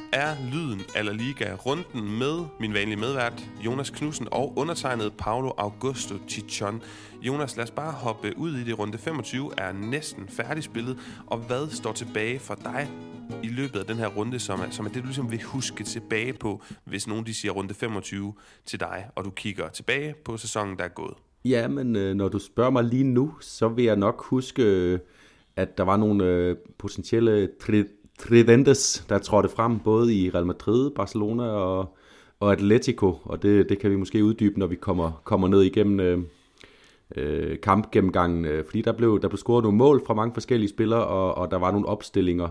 er lyden af La Liga, runden med min vanlige medvært, Jonas Knudsen, og undertegnet Paulo Augusto Chichon. Jonas, lad os bare hoppe ud i det. Runde 25 er næsten færdigspillet, og hvad står tilbage for dig i løbet af den her runde, som er det, du ligesom vil huske tilbage på, hvis nogen de siger runde 25 til dig, og du kigger tilbage på sæsonen, der er gået? Ja, men når du spørger mig lige nu, så vil jeg nok huske, at der var nogle potentielle tridentes, der trådte frem, både i Real Madrid, Barcelona og Atletico, og det kan vi måske uddybe, når vi kommer ned igennem kampgennemgangen, fordi der blev scoret nogle mål fra mange forskellige spillere, og der var nogle opstillinger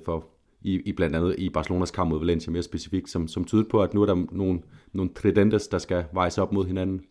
i blandt andet i Barcelonas kamp mod Valencia mere specifikt, som tydede på, at nu er der nogle tridentes, der skal vejes op mod hinanden.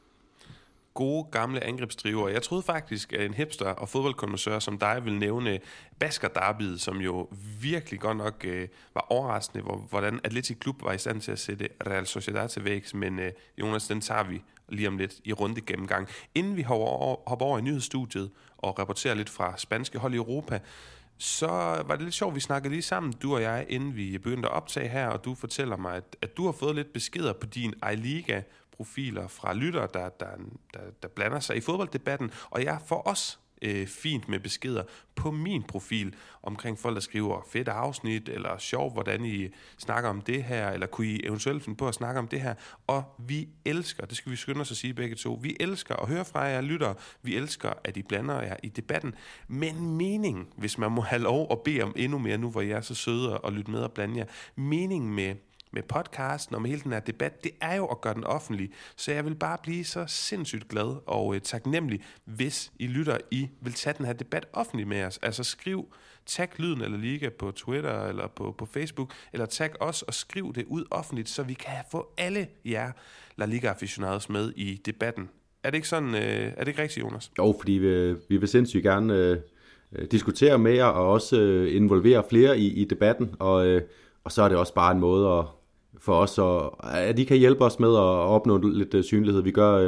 Gode gamle angrebsdriver. Jeg troede faktisk, at en hipster og fodboldkonnoisseur som dig ville nævne Basker-derbyet, som jo virkelig godt nok var overraskende, hvordan Athletic Klub var i stand til at sætte Real Sociedad til vægs, men Jonas, den tager vi lige om lidt i runde gennemgang. Inden vi hopper over i nyhedsstudiet og rapporterer lidt fra spanske hold i Europa, så var det lidt sjovt, vi snakkede lige sammen, du og jeg, inden vi begyndte at optage her, og du fortæller mig, at du har fået lidt beskeder på din iLiga-profiler fra lyttere, der blander sig i fodbolddebatten, og jeg får også fint med beskeder på min profil omkring folk, der skriver fedt afsnit, eller sjov, hvordan I snakker om det her, eller kunne I eventuelt finde på at snakke om det her, og vi elsker, det skal vi skynde os at sige begge to, vi elsker at høre fra jer lyttere, vi elsker, at I blander jer i debatten, men meningen, hvis man må have lov at bede om endnu mere nu, hvor I er så søde og lytte med og blande jer, meningen med podcasten og med hele den her debat, det er jo at gøre den offentlig. Så jeg vil bare blive så sindssygt glad og taknemmelig, hvis I lytter, I vil tage den her debat offentlig med os. Altså tag Lyden eller Liga på Twitter eller på Facebook, eller tag os og skriv det ud offentligt, så vi kan få alle jer La Liga-aficionados med i debatten. Er det ikke sådan, er det ikke rigtigt, Jonas? Jo, fordi vi vil sindssygt gerne diskutere med jer og også involvere flere i debatten, og så er det også bare en måde for os, at de kan hjælpe os med at opnå lidt synlighed.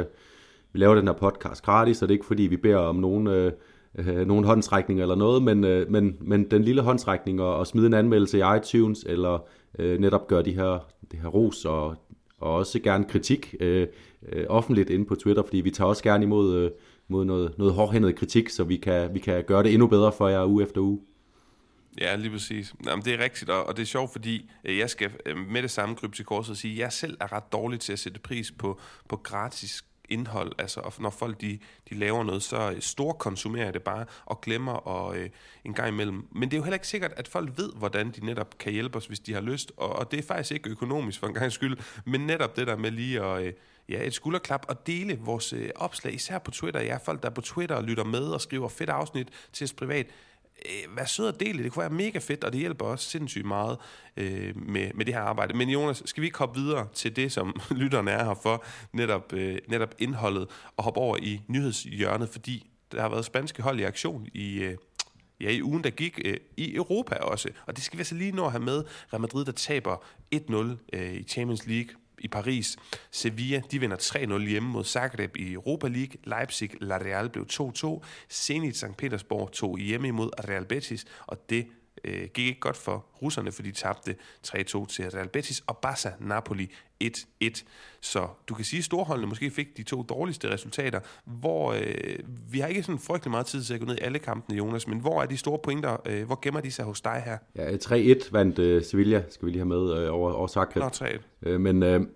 Vi laver den her podcast gratis, og det er ikke fordi, vi beder om nogen håndsrækning eller noget, men den lille håndsrækning og smide en anmeldelse i iTunes, eller netop gøre det her ros og også gerne kritik offentligt inde på Twitter, fordi vi tager også gerne imod noget hårdhændet kritik, så vi kan gøre det endnu bedre for jer uge efter uge. Ja, lige præcis. Jamen, det er rigtigt, og det er sjovt, fordi jeg skal med det samme krybe til korset og sige, at jeg selv er ret dårlig til at sætte pris på gratis indhold. Altså, og når folk de laver noget, så storkonsumerer det bare og glemmer en gang imellem. Men det er jo heller ikke sikkert, at folk ved, hvordan de netop kan hjælpe os, hvis de har lyst. Og det er faktisk ikke økonomisk for en gang skyld, men netop det der med lige at et skulderklap og dele vores opslag, især på Twitter. Jeg er folk, der er på Twitter og lytter med og skriver fedt afsnit til os privat. Vær sød og del det. Det kunne være mega fedt, og det hjælper også sindssygt meget med det her arbejde. Men Jonas, skal vi ikke hoppe videre til det, som lytterne er her for, netop indholdet, og hoppe over i nyhedshjørnet, fordi der har været spanske hold i aktion i ugen, der gik i Europa også. Og det skal vi altså lige nå at have med. Real Madrid, der taber 1-0 i Champions League i Paris. Sevilla, de vinder 3-0 hjemme mod Zagreb i Europa League. Leipzig, La Real blev 2-2. Zenit St. Petersborg tog hjemme imod Real Betis, og det gik ikke godt for russerne, fordi de tabte 3-2 til Real Betis, og Barca Napoli 1-1. Så du kan sige, at storholdene måske fik de to dårligste resultater, hvor vi har ikke sådan frygtelig meget tid til at gå ned i alle kampene, Jonas, men hvor er de store pointer? Hvor gemmer de sig hos dig her? Ja, 3-1 vandt Sevilla, skal vi lige have med over Zagreb. Nå, 3-1.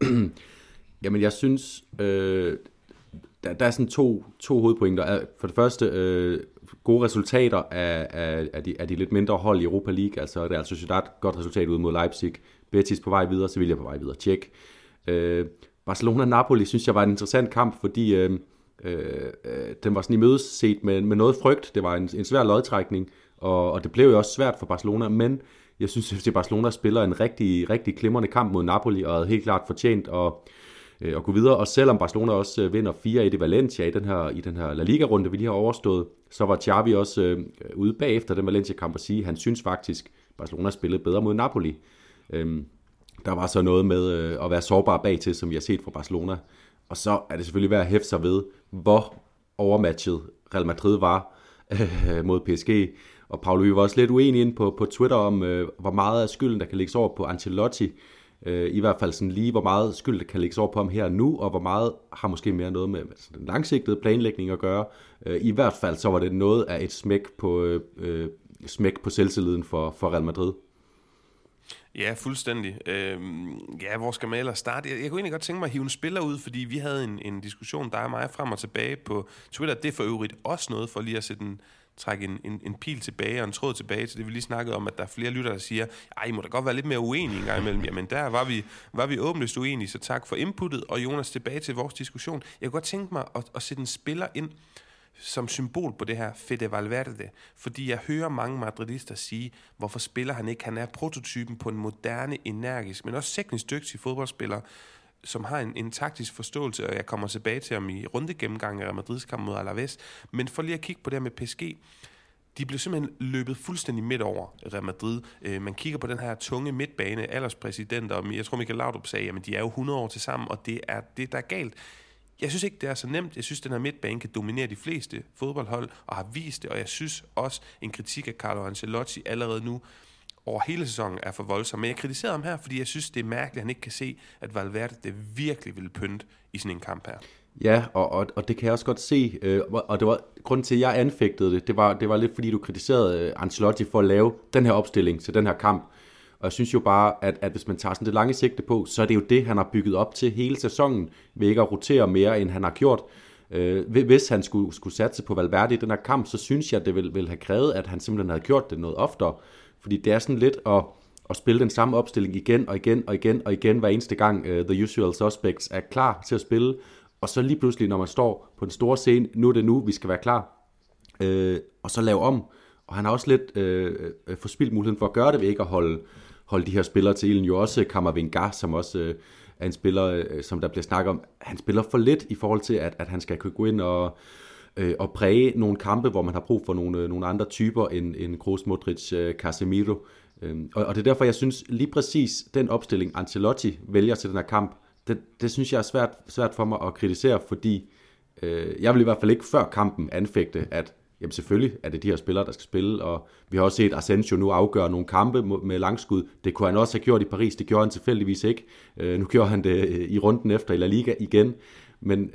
Men jeg synes, der er sådan to hovedpointer. For det første, gode resultater af de lidt mindre hold i Europa League, altså Real Sociedad, godt resultat ud mod Leipzig, Betis på vej videre, Sevilla på vej videre, tjek. Barcelona-Napoli synes jeg var en interessant kamp, fordi den var sådan imødeset med noget frygt. Det var en svær lodtrækning, og det blev jo også svært for Barcelona, men jeg synes, at Barcelona spiller en rigtig, rigtig glimrende kamp mod Napoli, og havde helt klart fortjent at gå videre. Og selvom Barcelona også vinder 4-1 i Valencia i den her La Liga-runde, vi lige har overstået, så var Xavi også ude bagefter den Valencia-kamp og sige, at han synes faktisk, Barcelona spillede bedre mod Napoli. Der var så noget med at være sårbar bagtil, som vi har set fra Barcelona. Og så er det selvfølgelig værd at hæfte sig ved, hvor overmatchet Real Madrid var mod PSG. Og Paolo, vi var også lidt uenige inde på Twitter om, hvor meget af skylden, der kan lægges over på Ancelotti. I hvert fald sådan lige, hvor meget skyld, der kan lægges over på ham her nu, og hvor meget har måske mere noget med den langsigtede planlægning at gøre. I hvert fald så var det noget af et smæk på selvtilliden for Real Madrid. Ja, fuldstændig. Hvor skal man ellers starte? Jeg kunne egentlig godt tænke mig at hive en spiller ud, fordi vi havde en diskussion, der er mig frem og tilbage på Twitter. Det er for øvrigt også noget for lige at trække en pil tilbage og en tråd tilbage til det, vi lige snakkede om, at der er flere lyttere, der siger, I må da godt være lidt mere uenige en gang imellem. Jamen, der var vi åbenlyst uenige, så tak for inputtet. Og Jonas, tilbage til vores diskussion. Jeg kunne godt tænke mig at sætte en spiller ind som symbol på det her Fede Valverde, fordi jeg hører mange madridister sige, hvorfor spiller han ikke? Han er prototypen på en moderne, energisk, men også teknisk dygtig fodboldspiller, som har en taktisk forståelse, og jeg kommer tilbage til ham i rundegennemgang af Madrids kamp mod Alaves. Men for lige at kigge på det her med PSG, de blev simpelthen løbet fuldstændig midt over Real Madrid. Man kigger på den her tunge midtbane, alderspræsident, og jeg tror Michael Laudrup sagde, jamen de er jo 100 år til sammen, og det er det, der er galt. Jeg synes ikke, det er så nemt. Jeg synes, den her midtbane kan dominere de fleste fodboldhold, og har vist det, og jeg synes også, en kritik af Carlo Ancelotti allerede nu over hele sæsonen er for voldsom. Men jeg kritiserer ham her, fordi jeg synes, det er mærkeligt, at han ikke kan se, at Valverde det virkelig vil pynte i sådan en kamp her. Ja, og det kan jeg også godt se, og det var grunden til, at jeg anfægtede det. Det var lidt, fordi du kritiserede Ancelotti for at lave den her opstilling til den her kamp. Og jeg synes jo bare, at hvis man tager sådan det lange sigte på, så er det jo det, han har bygget op til hele sæsonen, ved ikke at rotere mere, end han har gjort. Hvis han skulle satse på Valverde i den her kamp, så synes jeg, at det ville have krævet, at han simpelthen havde gjort det noget oftere. Fordi det er sådan lidt at spille den samme opstilling igen og igen og igen og igen, hver eneste gang The Usual Suspects er klar til at spille. Og så lige pludselig, når man står på den store scene, nu er det nu, vi skal være klar. Og så lave om. Og han har også lidt forspildt muligheden for at gøre det ved ikke at holde de her spillere til ilden. Jo også Camavinga, som også er en spiller, som der bliver snakket om. Han spiller for lidt i forhold til, at han skal kunne gå ind og præge nogle kampe, hvor man har brug for nogle andre typer end Kroos, Modric, Casemiro. Og det er derfor, jeg synes lige præcis den opstilling, Ancelotti vælger til den her kamp, det synes jeg er svært for mig at kritisere, fordi jeg vil i hvert fald ikke før kampen anfægte, at jamen selvfølgelig er det de her spillere, der skal spille, og vi har også set Asensio nu afgøre nogle kampe med langskud. Det kunne han også have gjort i Paris, det gjorde han tilfældigvis ikke. Nu gjorde han det i runden efter i La Liga igen. Men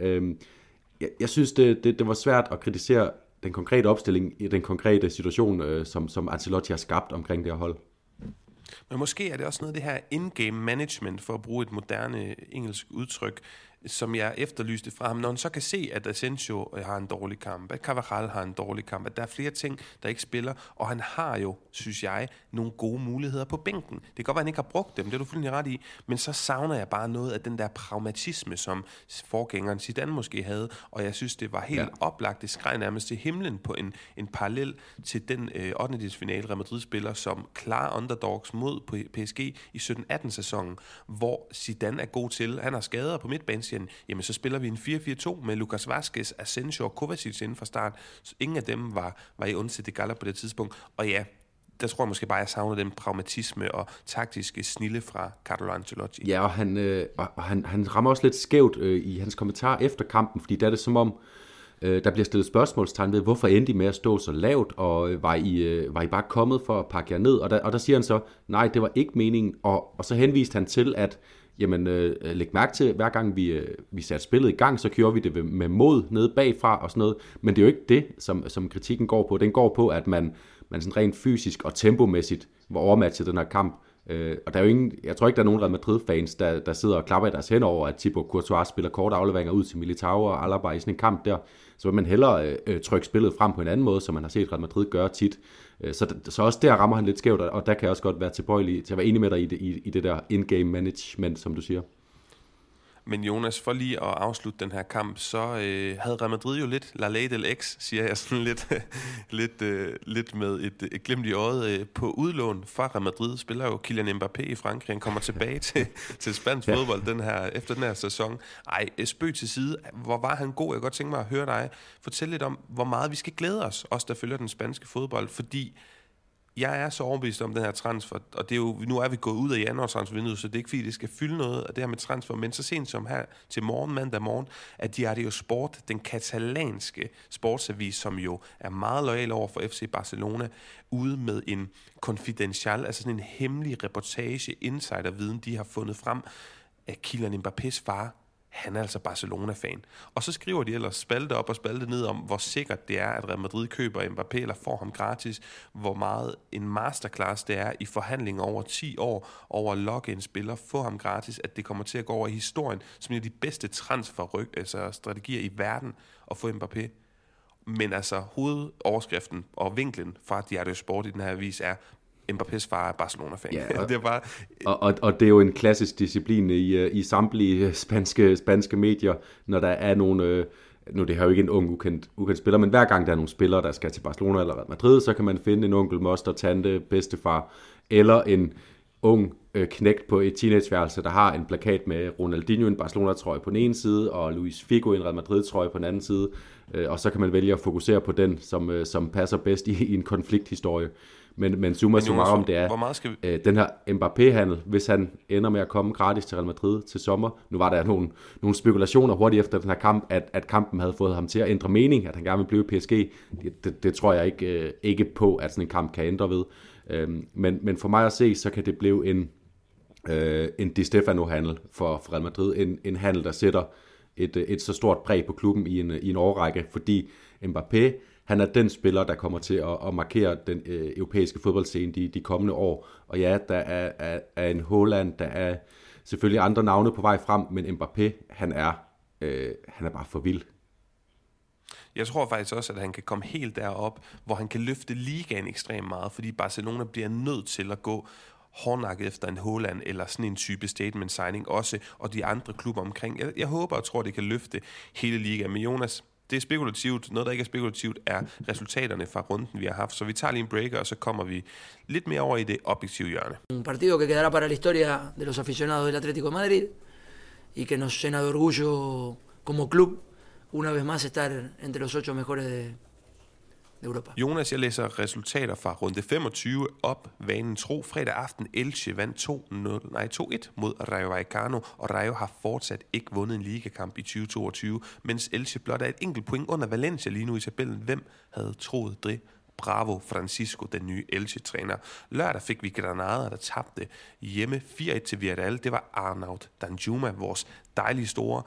jeg synes, det var svært at kritisere den konkrete opstilling i den konkrete situation, som Ancelotti har skabt omkring det her hold. Men måske er det også noget af det her in-game management, for at bruge et moderne engelsk udtryk, som jeg efterlyste fra ham, når han så kan se, at Asensio har en dårlig kamp, at Carvajal har en dårlig kamp, at der er flere ting, der ikke spiller, og han har jo, synes jeg, nogle gode muligheder på bænken. Det kan godt være, at han ikke har brugt dem, det er du fuldstændig ret i, men så savner jeg bare noget af den der pragmatisme, som forgængeren Zidane måske havde, og jeg synes, det var helt oplagt, det skreg nærmest til himlen på en parallel til den 8. finale Real Madrid spiller som klar underdogs mod PSG i 17-18 sæsonen, hvor Zidane er god til, han har skader på midtbanen, jamen så spiller vi en 4-4-2 med Lucas Vazquez, Asensio og Kovacic inden fra start. Så ingen af dem var i ondsætte galler på det tidspunkt. Og ja, der tror jeg måske bare, at jeg savner den pragmatisme og taktiske snille fra Carlo Ancelotti. Ja, og han rammer også lidt skævt i hans kommentar efter kampen, fordi der er det som om, der bliver stillet spørgsmålstegn ved, hvorfor endte I med at stå så lavt, og var I bare kommet for at pakke jer ned? Og der siger han så, nej, det var ikke meningen, og så henviste han til, at jamen, læg mærke til, hver gang vi satte spillet i gang, så gjorde vi det med mod nede bagfra og sådan noget. Men det er jo ikke det, som kritikken går på. Den går på, at man sådan rent fysisk og tempomæssigt var overmatchet den her kamp. Og der er jo jeg tror ikke, der er nogen Real Madrid-fans, der sidder og klapper i deres hænder over, at Thibaut Courtois spiller korte afleveringer ud til Militao og Alaba i sådan en kamp der. Så vil man hellere trykke spillet frem på en anden måde, som man har set Real Madrid gøre tit. Så også der rammer han lidt skævt, og der kan jeg også godt være tilbøjelig til at være enig med dig i det der in-game management, som du siger. Men Jonas, for lige at afslutte den her kamp, så havde Real Madrid jo lidt la ley del ex, siger jeg sådan lidt med et glimt i øjet på udlån fra Real Madrid. Spiller jo Kylian Mbappé i Frankrig, han kommer tilbage til spansk fodbold efter den her sæson. Spøg til side, hvor var han god? Jeg kan godt tænke mig at høre dig fortælle lidt om, hvor meget vi skal glæde os, der følger den spanske fodbold, fordi jeg er så overbevist om den her transfer, og det er jo, nu er vi gået ud af januartransfervinduet, så det er ikke fordi, det skal fylde noget af det her med transfer, men så sent som her til morgen, mandag morgen, at Diario Sport, den katalanske sportsavis, som jo er meget loyal over for FC Barcelona, ude med en confidential, altså sådan en hemmelig reportage, insiderviden, de har fundet frem af Kylian Mbappés far. Han er altså Barcelona-fan. Og så skriver de ellers spalte op og spalte ned om, hvor sikkert det er, at Real Madrid køber Mbappé eller får ham gratis. Hvor meget en masterclass det er i forhandlinger over 10 år over at logge en spiller, få ham gratis, at det kommer til at gå over i historien som en af de bedste transferstrategier i verden at få Mbappé. Men altså hovedoverskriften og vinklen fra Diario Sport i den her avis er, Mbappés far er Barcelona-fan. Ja, det er bare... og det er jo en klassisk disciplin i samtlige spanske medier, når der er nogle... nu det her jo ikke en ung, ukendt spiller, men hver gang der er nogle spillere, der skal til Barcelona eller Real Madrid, så kan man finde en onkel, moster, tante, bedstefar, eller en ung knægt på et teenageværelse, der har en plakat med Ronaldinho, en Barcelona-trøje på den ene side, og Luis Figo, en Real Madrid-trøje på den anden side, og så kan man vælge at fokusere på den, som passer bedst i en konflikthistorie. Men summa summarum, det er den her Mbappé-handel, hvis han ender med at komme gratis til Real Madrid til sommer. Nu var der nogle spekulationer hurtigt efter den her kamp, at kampen havde fået ham til at ændre mening, at han gerne vil blive i PSG. Det tror jeg ikke på, at sådan en kamp kan ændre ved. Men for mig at se, så kan det blive en Di Stefano-handel for Real Madrid. En handel, der sætter et så stort præg på klubben i en årrække, fordi Mbappé, han er den spiller, der kommer til at markere den europæiske fodboldscene de kommende år. Og ja, der er en Haaland, der er selvfølgelig andre navne på vej frem, men Mbappé, han er bare for vild. Jeg tror faktisk også, at han kan komme helt derop, hvor han kan løfte ligaen ekstremt meget, fordi Barcelona bliver nødt til at gå hårdnakket efter en Haaland eller sådan en type statement signing også, og de andre klubber omkring. Jeg håber og tror, det kan løfte hele ligaen. Men Jonas, det er spekulativt. Noget, der ikke er spekulativt, er resultaterne fra runden, vi har haft. Så vi tager lige en breaker, og så kommer vi lidt mere over i det objektive hjørne. Un partido que quedará para la historia de los aficionados del Atlético de Madrid y que nos llena de orgullo como club una vez más estar entre los 8 mejores de Europa. Jonas, jeg læser resultater fra runde 25 op. Vanen tro. Fredag aften Elche vandt 2-1 mod Rayo Vallecano, og Rayo har fortsat ikke vundet en ligakamp i 2022, mens Elche blot er et enkelt point under Valencia lige nu i tabellen. Hvem havde troet det? Bravo Francisco, den nye Elche-træner. Lørdag fik vi Granada, der tabte hjemme 4-1 til Villarreal. Det var Arnaud Danjuma, vores dejlige store...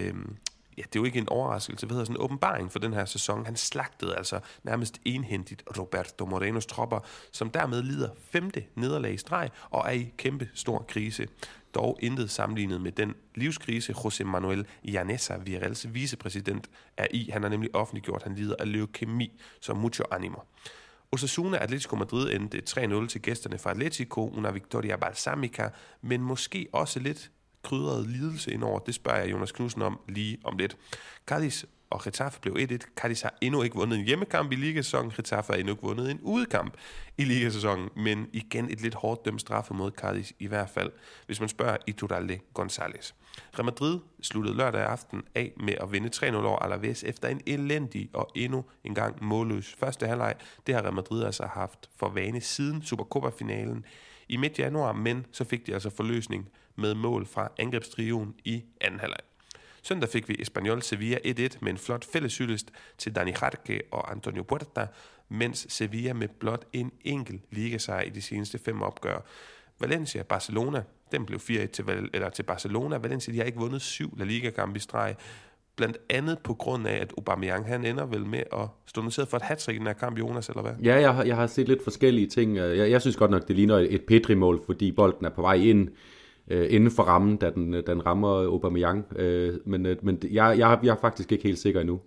Ja, det er jo ikke en overraskelse, det hedder sådan en åbenbaring for den her sæson. Han slagtede altså nærmest enhændigt Roberto Morenos tropper, som dermed lider 5. nederlag i streg og er i kæmpe stor krise. Dog intet sammenlignet med den livskrise, José Manuel Llaneza, Villarreals vicepræsident, er i. Han har nemlig offentliggjort, han lider af leukemi, som mucho animo. Osasuna Atletico Madrid endte 3-0 til gæsterne fra Atletico, una victoria balsamica, men måske også lidt krydret lidelse indover. Det spørger jeg Jonas Knudsen om lige om lidt. Cádiz og Getafe blev 1-1. Cádiz har endnu ikke vundet en hjemmekamp i ligasæsonen. Getafe har endnu ikke vundet en udekamp i ligasæsonen, men igen et lidt hårdt dømt straffe mod Cádiz i hvert fald, hvis man spørger Iturralde González. Real Madrid sluttede lørdag aften af med at vinde 3-0 over Alaves efter en elendig og endnu en gang målløs første halvleg. Det har Real Madrid altså haft for vane siden Supercopa-finalen i midt januar, men så fik de altså forløsning med mål fra angrebstrioen i anden halvleg. Søndag fik vi Espanyol Sevilla 1-1 med en flot fælleshyldest til Dani Jarque og Antonio Puerta, mens Sevilla med blot en enkelt ligasejr i de seneste 5 opgør. Valencia Barcelona, den blev 4-1 til Barcelona. Valencia, de har ikke vundet 7 La Liga-kampe i streg, blandt andet på grund af, at Aubameyang, han ender vel med at stå noteret for et hattrick i den her kamp, Jonas, eller hvad? Ja, jeg har set lidt forskellige ting. Jeg synes godt nok, det ligner et Pedri-mål, fordi bolden er på vej ind inden for rammen, da den rammer Aubameyang. Men jeg er faktisk ikke helt sikker endnu.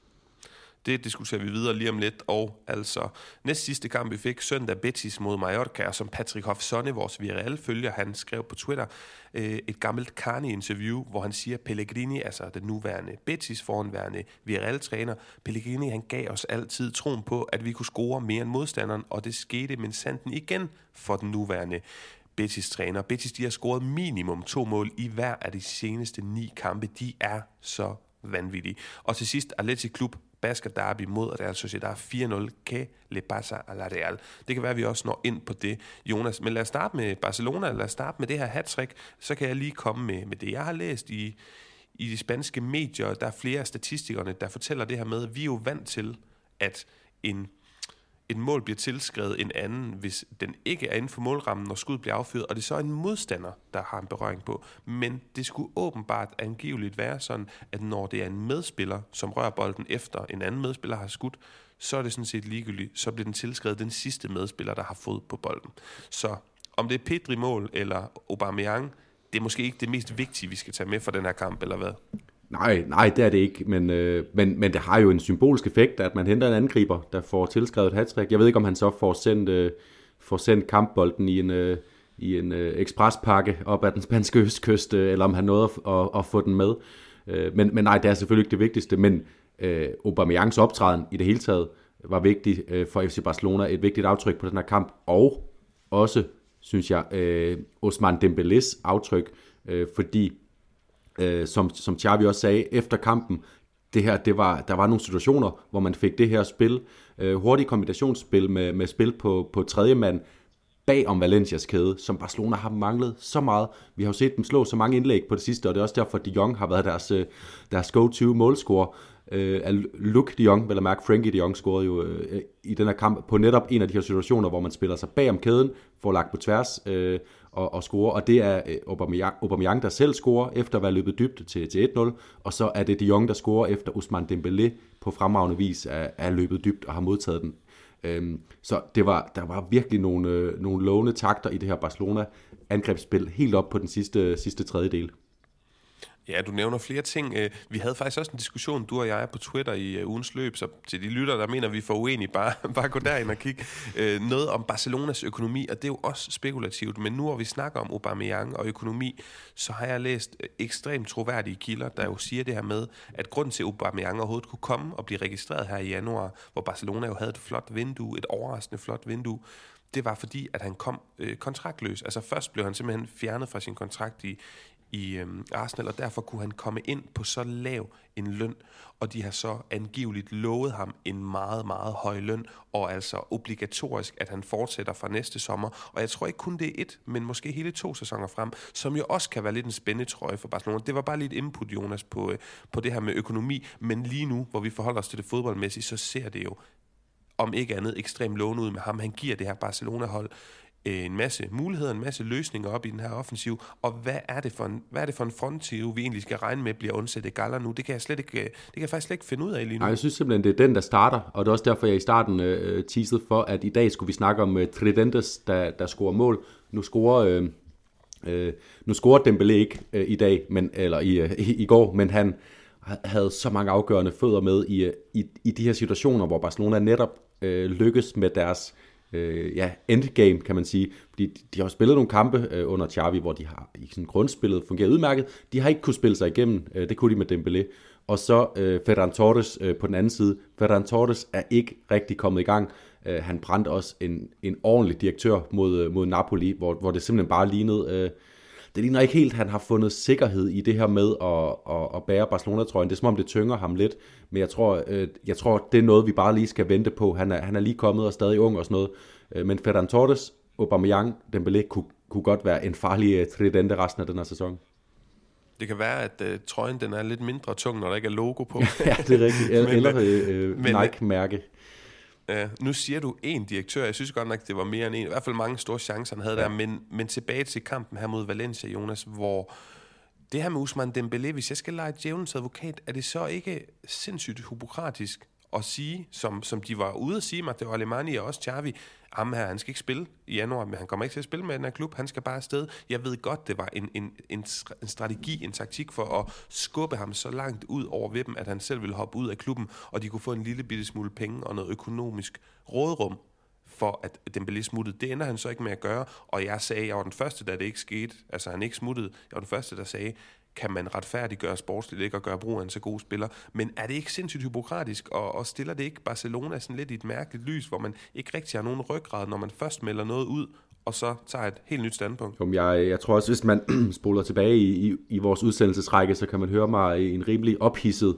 Det diskuterer vi videre lige om lidt, og altså næst sidste kamp vi fik søndag Betis mod Mallorca, og som Patrick Hofsonne, vores Villarreal-følger, han skrev på Twitter et gammelt Carney-interview, hvor han siger, Pellegrini, altså den nuværende Betis forhenværende Villarreal-træner, Pellegrini, han gav os altid troen på, at vi kunne score mere end modstanderen, og det skete minsandten igen for den nuværende Betis-træner. Betis, de har scoret minimum 2 mål i hver af de seneste 9 kampe. De er så vanvittige. Og til sidst Athletic Club Basca Derby mod Real Sociedad 4-0. ¿Qué le pasa a la Real? Det kan være, at vi også når ind på det, Jonas. Men lad os starte med Barcelona, lad os starte med det her hattrick. Så kan jeg lige komme med det, jeg har læst i de spanske medier. Der er flere af statistikerne, der fortæller det her med, at vi er jo vant til, at et mål bliver tilskrevet en anden, hvis den ikke er inden for målrammen, når skuddet bliver affyret, og det er så en modstander, der har en berøring på. Men det skulle åbenbart angiveligt være sådan, at når det er en medspiller, som rører bolden efter en anden medspiller har skudt, så er det sådan set ligegyldigt. Så bliver den tilskrevet den sidste medspiller, der har fod på bolden. Så om det er Pedri-mål eller Aubameyang, det er måske ikke det mest vigtige, vi skal tage med for den her kamp, eller hvad? Nej, det er det ikke, men det har jo en symbolsk effekt, at man henter en angriber, der får tilskrevet et hattrick. Jeg ved ikke, om han så får sendt kampbolden i en eksprespakke op ad den spanske østkyst, eller om han nåede at få den med. Men nej, det er selvfølgelig ikke det vigtigste, men Aubameyangs optræden i det hele taget var vigtig for FC Barcelona, et vigtigt aftryk på den her kamp, og også, synes jeg, Ousmane Dembélés aftryk, fordi som Xavi også sagde efter kampen, der var nogle situationer, hvor man fik det her spil, hurtigt kombinationsspil med spil på tredje mand bag om Valencias kæde, som Barcelona har manglet så meget. Vi har jo set dem slå så mange indlæg på det sidste, og det er også derfor, at De Jong har været deres go-to målscorer. Luke De Jong, vel at mærke, Frenkie De Jong scorede jo i den her kamp på netop en af de her situationer, hvor man spiller sig bag om kæden, får lagt på tværs og scorer, og det er Aubameyang, der selv scorer efter at være løbet dybt til 1-0, og så er det De Jong, der scorer efter Ousmane Dembélé på fremragende vis er løbet dybt og har modtaget den. Så der var virkelig nogle lovende takter i det her Barcelona-angrebsspil helt op på den sidste tredjedel. Ja, du nævner flere ting. Vi havde faktisk også en diskussion, du og jeg, på Twitter i ugens løb, så til de lytter, der mener, vi er for uenige, bare gå derind og kigge noget om Barcelonas økonomi, og det er jo også spekulativt, men nu hvor vi snakker om Aubameyang og økonomi, så har jeg læst ekstremt troværdige kilder, der jo siger det her med, at grunden til, at Aubameyang overhovedet kunne komme og blive registreret her i januar, hvor Barcelona jo havde et flot vindue, et overraskende flot vindue, det var fordi, at han kom kontraktløs. Altså først blev han simpelthen fjernet fra sin kontrakt i Arsenal, og derfor kunne han komme ind på så lav en løn, og de har så angiveligt lovet ham en meget, meget høj løn, og altså obligatorisk, at han fortsætter fra næste sommer, og jeg tror ikke kun det er 1, men måske hele 2 sæsoner frem, som jo også kan være lidt en spændetrøje for Barcelona. Det var bare lidt input, Jonas, på det her med økonomi, men lige nu, hvor vi forholder os til det fodboldmæssigt, så ser det jo, om ikke andet, ekstremt lovende ud med ham. Han giver det her Barcelona-hold en masse muligheder, en masse løsninger op i den her offensiv, og hvad er det for en fronttrio, vi egentlig skal regne med bliver undsætte Galler nu? Det kan jeg faktisk slet ikke finde ud af lige nu. Nej, jeg synes simpelthen, det er den, der starter, og det er også derfor, jeg i starten teasede for, at i dag skulle vi snakke om Tridentes, der scorer mål. Nu scorer Dembélé ikke i dag, eller i går, men han havde så mange afgørende fødder med i de her situationer, hvor Barcelona netop lykkes med deres endgame, kan man sige. Fordi de har jo spillet nogle kampe under Xavi, hvor de har i sådan grundspillet fungeret udmærket. De har ikke kunnet spille sig igennem. Det kunne de med Dembélé. Og så Ferran Torres på den anden side. Ferran Torres er ikke rigtig kommet i gang. Han brændte også en ordentlig direktør mod Napoli, hvor det simpelthen bare lignede... Det ligner ikke helt, at han har fundet sikkerhed i det her med at bære Barcelona-trøjen. Det er som om, det tynger ham lidt. Men jeg tror, det er noget, vi bare lige skal vente på. Han er lige kommet og stadig ung og sådan noget. Men Ferran Torres, Aubameyang, Dembélé kunne godt være en farlig tridente resten af den her sæson. Det kan være, at trøjen den er lidt mindre tung, når der ikke er logo på. Ja, det er rigtigt. Eller Nike-mærke. Nu siger du en direktør. Jeg synes godt nok, det var mere end en. I hvert fald mange store chancer, han havde der. Men tilbage til kampen her mod Valencia, Jonas, hvor det her med Ousmane Dembélé, hvis jeg skal lege djævelens advokat, er det så ikke sindssygt hypokratisk at sige, som de var ude at sige, Matteo Alemany og også Xavi, ham her, han skal ikke spille i januar, men han kommer ikke til at spille med den her klub, han skal bare afsted. Jeg ved godt, det var en strategi, en taktik for at skubbe ham så langt ud over ved dem, at han selv ville hoppe ud af klubben, og de kunne få en lille bitte smule penge og noget økonomisk rådrum for at Dembélé smuttede. Det ender han så ikke med at gøre, og jeg var den første, da det ikke skete, altså han ikke smuttede, jeg var den første, der sagde, kan man retfærdiggøre sportsligt ikke og gøre brug af en så god spiller. Men er det ikke sindssygt hypokratisk, og stiller det ikke Barcelona sådan lidt i et mærkeligt lys, hvor man ikke rigtig har nogen ryggrad, når man først melder noget ud, og så tager et helt nyt standpunkt? Jeg tror også, hvis man spoler tilbage i vores udsendelsesrække, så kan man høre mig en rimelig ophidset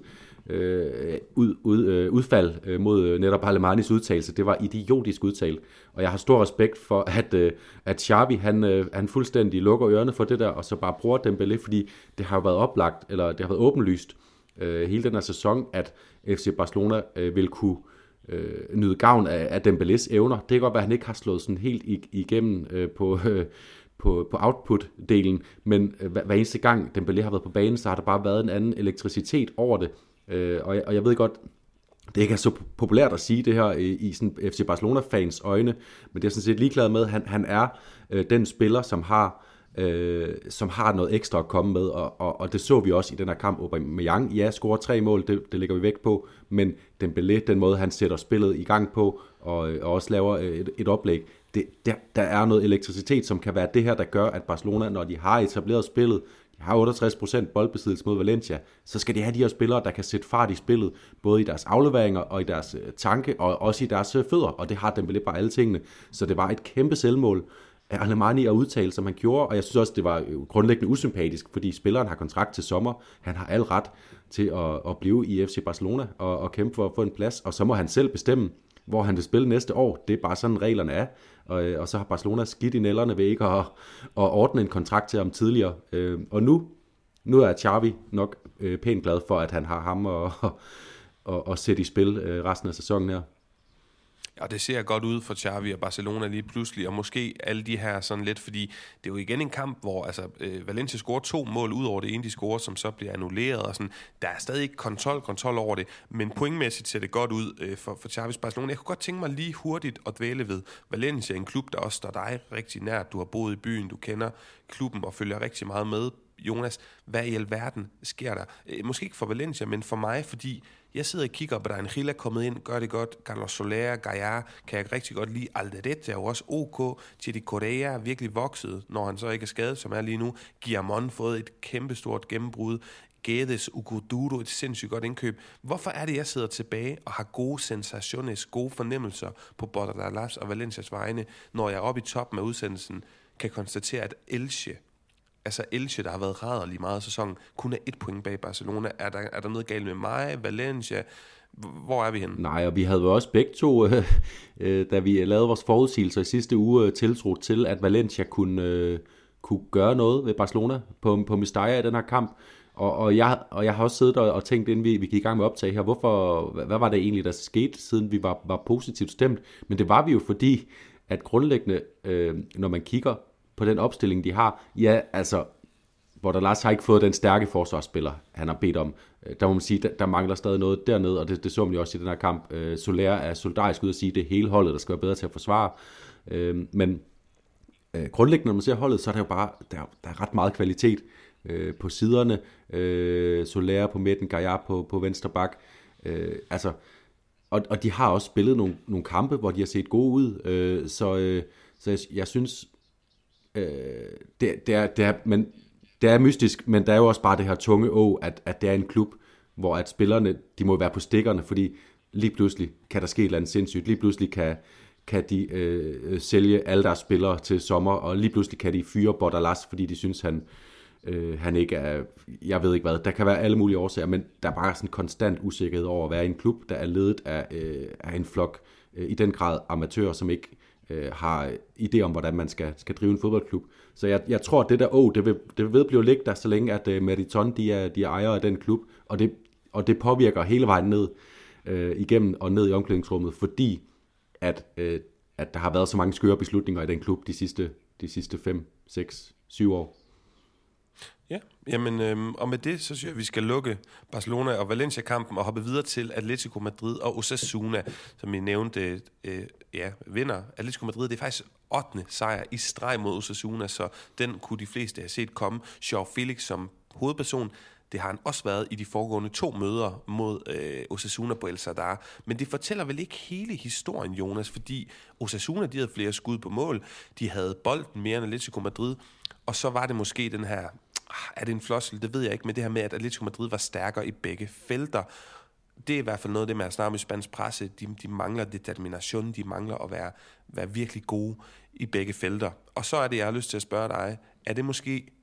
udfald mod netop Alemanis udtalelse. Det var idiotisk udtalt, og jeg har stor respekt for, at Xavi, han fuldstændig lukker ørerne for det der, og så bare bruger Dembélé, fordi det har jo været oplagt, eller det har været åbenlyst hele den her sæson, at FC Barcelona vil kunne nyde gavn af Dembélés evner. Det kan godt være, at han ikke har slået sådan helt igennem på output-delen, men hver eneste gang Dembélé har været på banen, så har der bare været en anden elektricitet over det. Og jeg ved godt, det ikke er så populært at sige det her i sådan FC Barcelona-fans øjne, men det er sådan set ligeglad med, han er den spiller, som har noget ekstra at komme med, og det så vi også i den her kamp. Aubameyang, ja, scorer 3 mål, det lægger vi vægt på, men Dembélé, den måde han sætter spillet i gang på, og også laver et oplæg, der er noget elektricitet, som kan være det her, der gør, at Barcelona, når de har etableret spillet, de har 68% boldbesiddelse mod Valencia, så skal de have de her spillere, der kan sætte fart i spillet, både i deres afleveringer og i deres tanke, og også i deres fødder, og det har Dembélé bare alle tingene. Så det var et kæmpe selvmål af Alemany at udtale, som han gjorde, og jeg synes også, det var grundlæggende usympatisk, fordi spilleren har kontrakt til sommer, han har al ret til at blive i FC Barcelona og kæmpe for at få en plads, og så må han selv bestemme, hvor han vil spille næste år. Det er bare sådan reglerne er, og så har Barcelona skidt i nælderne ved ikke at ordne en kontrakt til ham tidligere, og nu er Xavi nok pænt glad for, at han har ham og sætte i spil resten af sæsonen her. Ja, det ser godt ud for Xavi og Barcelona lige pludselig, og måske alle de her sådan lidt, fordi det er jo igen en kamp, hvor Valencia scorer 2 mål ud over det ene, de scorer, som så bliver annulleret, og sådan. Der er stadig ikke kontrol over det, men pointmæssigt ser det godt ud for Xavis Barcelona. Jeg kunne godt tænke mig lige hurtigt at dvæle ved Valencia, en klub, der også står dig rigtig nært. Du har boet i byen, du kender klubben og følger rigtig meget med. Jonas, hvad i alverden sker der? Måske ikke for Valencia, men for mig, fordi jeg sidder og kigger, og der er en Gil er kommet ind, gør det godt. Carlos Soler, Gaia, kan jeg rigtig godt lide. Alderete er jo også OK. Chedi Correa er virkelig vokset, når han så ikke er skadet, som er lige nu. Guillamon fået et kæmpestort gennembrud. Guedes, Ugoduro, et sindssygt godt indkøb. Hvorfor er det, jeg sidder tilbage og har gode sensationer, gode fornemmelser på Bordalas og Valencias vegne, når jeg oppe i toppen af udsendelsen kan konstatere, at Elche, der har været rædderlig meget af sæsonen, kun er 1 point bag Barcelona. Er der noget galt med mig, Valencia? Hvor er vi henne? Nej, og vi havde jo også begge to, da vi lavede vores forudsigelser i sidste uge, tiltro til, at Valencia kunne gøre noget ved Barcelona på Mestalla i den her kamp. Og jeg har også siddet og tænkt, inden vi gik i gang med optag her, hvad var det egentlig, der skete, siden vi var positivt stemt? Men det var vi jo, fordi at grundlæggende, når man kigger på den opstilling, de har, ja, altså, Bordalas har ikke fået den stærke forsvarsspiller, han har bedt om. Der må man sige, der mangler stadig noget dernede, og det så man jo også i den her kamp. Soler er solidarisk ud at sige, at det er hele holdet, der skal være bedre til at forsvare. Men grundlæggende, når man ser holdet, så er der jo bare, der er ret meget kvalitet på siderne. Soler på midten, Gaia på venstre bak. Og de har også spillet nogle kampe, hvor de har set gode ud. Så jeg synes, det er mystisk, men der er jo også bare det her tunge at det er en klub, hvor at spillerne, de må være på stikkerne, fordi lige pludselig kan der ske et eller andet sindssygt. Lige pludselig kan de sælge alle deres spillere til sommer, og lige pludselig kan de fyre Bordalas, fordi de synes, han ikke er, jeg ved ikke hvad. Der kan være alle mulige årsager, men der er bare sådan konstant usikkerhed over at være i en klub, der er ledet af en flok i den grad amatører, som ikke har idé om, hvordan man skal drive en fodboldklub. Så jeg tror, at det der det vil blive ligge der, så længe at Meriton, de er ejere af den klub, og det påvirker hele vejen ned igennem og ned i omklædningsrummet, fordi at der har været så mange skøre beslutninger i den klub de sidste 5, 6, 7 år. Ja, jamen, og med det, så synes jeg, at vi skal lukke Barcelona og Valencia-kampen og hoppe videre til Atletico Madrid og Osasuna, som I nævnte, vinder. Atletico Madrid, det er faktisk 8. sejr i streg mod Osasuna, så den kunne de fleste have set komme. Joao Felix som hovedperson, det har han også været i de foregående 2 møder mod Osasuna på El Sadar. Men det fortæller vel ikke hele historien, Jonas, fordi Osasuna, de havde flere skud på mål, de havde bolden mere end Atletico Madrid, og så var det måske den her, er det en floskel, det ved jeg ikke, men det her med, at Atletico Madrid var stærkere i begge felter, det er i hvert fald noget af det med at snakke med spansk presse, de mangler determination, de mangler at være virkelig gode i begge felter. Og så er det, jeg har lyst til at spørge dig, er det måske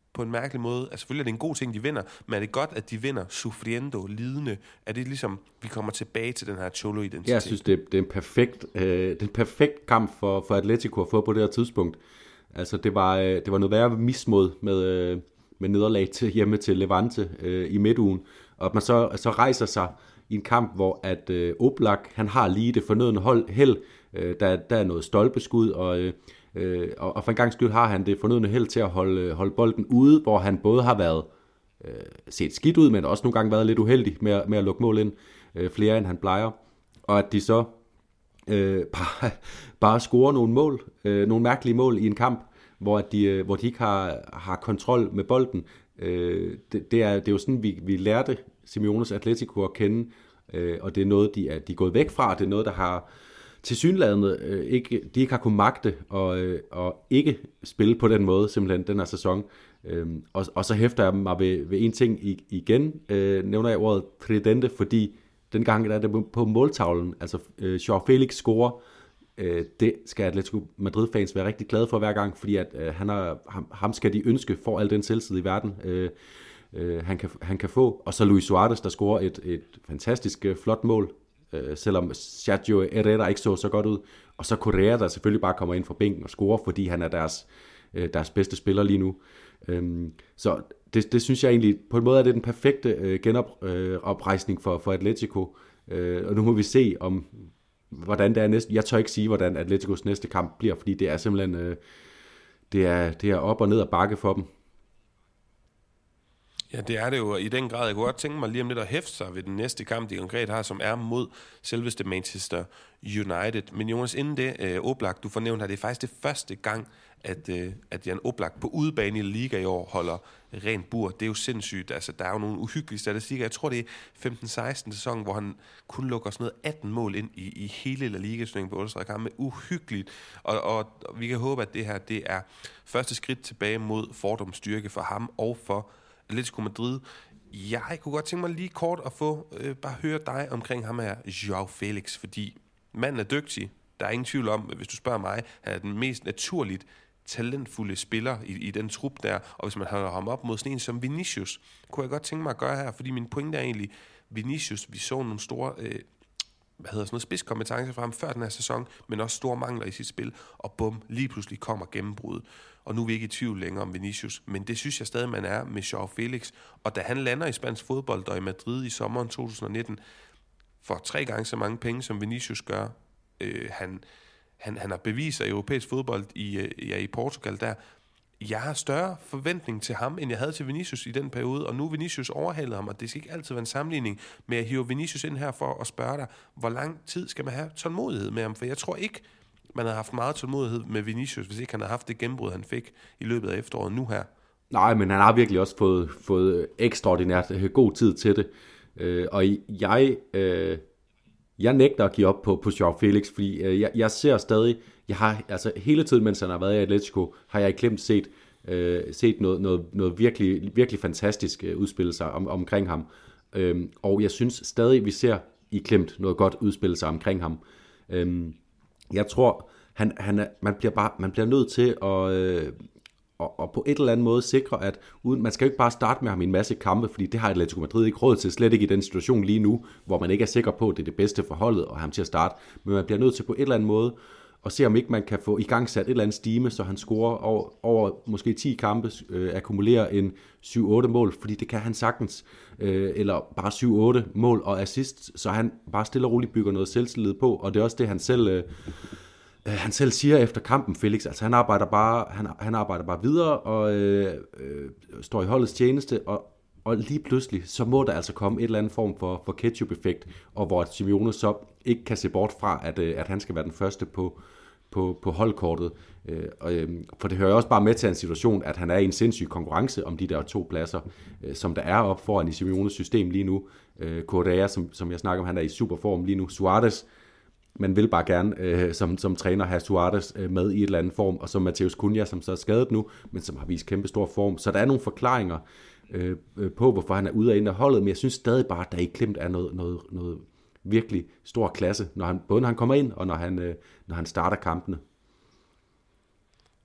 på en mærkelig måde? Altså selvfølgelig er det en god ting, de vinder, men er det godt, at de vinder sufriendo, lidende? Er det ligesom, vi kommer tilbage til den her Cholo-identitet? Jeg synes, det er en perfekt kamp for Atletico at få på det her tidspunkt. Altså, det var noget værre mismod med nederlag hjemme til Levante i midtugen, og at man så rejser sig i en kamp, hvor at Oblak, han har lige det fornødne held, der er noget stolpeskud, og for en gang skyld har han det fornødne held til at holde bolden ude, hvor han både har været set skidt ud, men også nogle gange været lidt uheldig med at lukke mål ind, flere end han plejer, og at de så bare scorer nogle mål, nogle mærkelige mål i en kamp, hvor de ikke har kontrol med bolden. Det er jo sådan, vi lærte Simeones Atletico at kende, og det er noget, de er gået væk fra. Det er noget, der har tilsyneladende de ikke har kunnet magte og ikke spille på den måde, simpelthen, den her sæson. Og så hæfter jeg mig ved en ting igen, nævner jeg ordet tridente, fordi dengang der er det på måltavlen, altså Joao Felix scorer, det skal Atletico Madrid-fans være rigtig glade for hver gang, fordi at ham skal de ønske for al den selvtid i verden, han kan få. Og så Luis Suarez, der scorer et fantastisk flot mål, selvom Sergio Herrera ikke så godt ud. Og så Correa, der selvfølgelig bare kommer ind fra bænken og scorer, fordi han er deres bedste spiller lige nu. Så det synes jeg egentlig, på en måde er det den perfekte genoprejsning for Atletico. Og nu må vi se om hvordan det er næste. Jeg tør ikke sige, hvordan Atleticos næste kamp bliver, fordi det er simpelthen det er op og ned og bakke for dem. Ja, det er det jo i den grad. Jeg kunne godt tænke mig lige om lidt at hæfte sig ved den næste kamp, de konkret har, som er mod selveste Manchester United. Men Jonas, inden det, Oblak, du fornævnte her, det er faktisk det første gang, at Jan Oblak på udebane i Liga i år holder rent bur. Det er jo sindssygt. Altså, der er jo nogle uhyggelige statistikker. Jeg tror, det er 15-16 sæson, hvor han kun lukker sådan noget 18 mål ind i hele La Liga-turneringen på 38 kampe. Uhyggeligt. Og vi kan håbe, at det her det er første skridt tilbage mod fordomsstyrke for ham og for Atletico Madrid. Jeg kunne godt tænke mig lige kort at få bare høre dig omkring ham her, Joao Felix, fordi manden er dygtig. Der er ingen tvivl om, hvis du spørger mig, han er den mest naturligt talentfulde spiller i den trup der, og hvis man holder ham op mod sådan en som Vinicius, kunne jeg godt tænke mig at gøre her, fordi min pointe er egentlig, Vinicius, vi så nogle store spidskompetencer fra ham før den her sæson, men også store mangler i sit spil, og bum, lige pludselig kommer gennembruddet. Og nu er vi ikke i tvivl længere om Vinicius, men det synes jeg stadig, man er med Joao Felix. Og da han lander i spansk fodbold og i Madrid i sommeren 2019, for 3 gange så mange penge, som Vinicius gør, han har beviser i europæisk fodbold i Portugal der. Jeg har større forventning til ham, end jeg havde til Vinicius i den periode, og nu er Vinicius overhalet ham, og det skal ikke altid være en sammenligning med at hive Vinicius ind her for at spørge dig, hvor lang tid skal man have tålmodighed med ham, for jeg tror ikke, man havde haft meget tålmodighed med Vinicius, hvis ikke han havde haft det gennembrud, han fik i løbet af efteråret nu her. Nej, men han har virkelig også fået ekstraordinært god tid til det, og jeg nægter at give op på Joao Felix, fordi jeg ser stadig, jeg har altså hele tiden, mens han har været i Atletico, har jeg glemt set noget virkelig, virkelig fantastisk udspille sig omkring ham. Og jeg synes stadig, vi ser i Klemt noget godt udspille sig omkring ham. Jeg tror, man bliver nødt til at på et eller andet måde sikre, at man skal jo ikke bare starte med ham i en masse kampe, fordi det har Atletico Madrid ikke råd til, slet ikke i den situation lige nu, hvor man ikke er sikker på, at det er det bedste for holdet og ham til at starte. Men man bliver nødt til på et eller andet måde at se, om ikke man kan få i gang sat et eller andet stime, så han scorer over måske 10 kampe, akkumulerer en 7-8 mål, fordi det kan han sagtens, eller bare 7-8 mål og assist, så han bare stille og roligt bygger noget selvtillid på, og det er også det, han selv siger efter kampen, Felix. Altså han arbejder bare videre og står i holdets tjeneste, og lige pludselig så må der altså komme et eller andet form for ketchup-effekt, og hvor Simeone så ikke kan se bort fra, at han skal være den første på holdkortet. For det hører også bare med til en situation, at han er i en sindssyg konkurrence om de der 2 pladser, som der er op foran i Simeones system lige nu. Correa, som jeg snakker om, han er i superform lige nu. Suarez, man vil bare gerne som træner have Suarez med i et eller andet form, og så Mateus Cunha, som så er skadet nu, men som har vist kæmpe stor form. Så der er nogle forklaringer på, hvorfor han er ude af ind af holdet, men jeg synes stadig bare, at der i Klemt er noget virkelig stor klasse, både når han kommer ind, og når han starter kampene.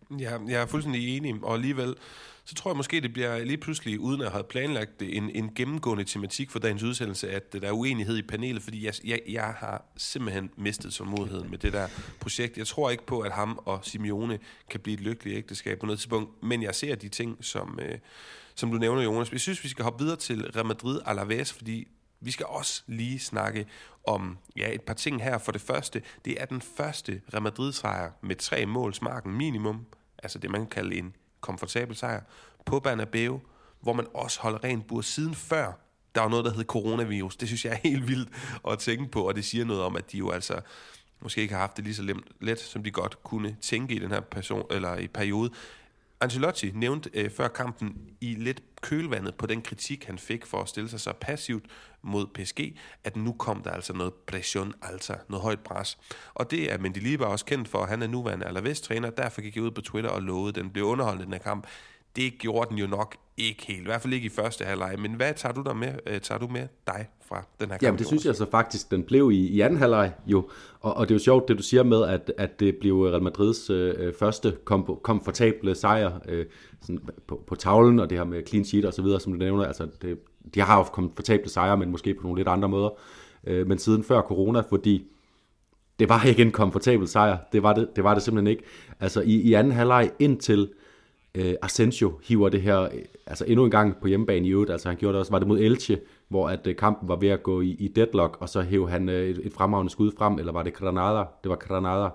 Ja, jeg er fuldstændig enig, og alligevel, så tror jeg måske, det bliver lige pludselig, uden at have planlagt det, en gennemgående tematik for dagens udsendelse, at der er uenighed i panelet, fordi jeg har simpelthen mistet tålmodigheden med det der projekt. Jeg tror ikke på, at ham og Simeone kan blive et lykkeligt ægteskab på noget tidspunkt, men jeg ser de ting, som du nævner, Jonas. Jeg synes, vi skal hoppe videre til Real Madrid-Alaves, fordi vi skal også lige snakke om et par ting her. For det første, det er den første Real Madrid-sejr med 3 målsmarken minimum, altså det man kan kalde en komfortabel sejr, på Bernabeu, hvor man også holder rent bur siden før der var noget, der hed coronavirus. Det synes jeg er helt vildt at tænke på, og det siger noget om, at de jo altså måske ikke har haft det lige så let, som de godt kunne tænke i den her periode. Ancelotti nævnte før kampen i lidt kølvandet på den kritik, han fik for at stille sig så passivt mod PSG, at nu kom der altså noget pression alta, noget højt pres. Og det er Mendilibar også kendt for, han er nuværende Alaves-træner, derfor gik jeg ud på Twitter og lovede, at den blev underholdende, den her kamp. Det gjorde den jo nok ikke helt, i hvert fald ikke i første halvleg. Men hvad tager du med dig fra den her kamp? Jamen det synes jeg så faktisk, den blev i anden halvleg jo. Og det er jo sjovt, det du siger med, at det blev Real Madrids første komfortable sejr sådan på tavlen, og det her med clean sheet og så videre, som du nævner. Altså de har jo komfortable sejre, men måske på nogle lidt andre måder. Men siden før corona, fordi det var ikke en komfortabel sejr. Det var det simpelthen ikke. Altså i anden halvleg indtil Asensio hiver det her, altså endnu en gang på hjemmebane i øvrigt, altså han gjorde det også, var det mod Elche, hvor at kampen var ved at gå i deadlock, og så hæv han et fremragende skud frem, eller var det Granada? Det var Granada.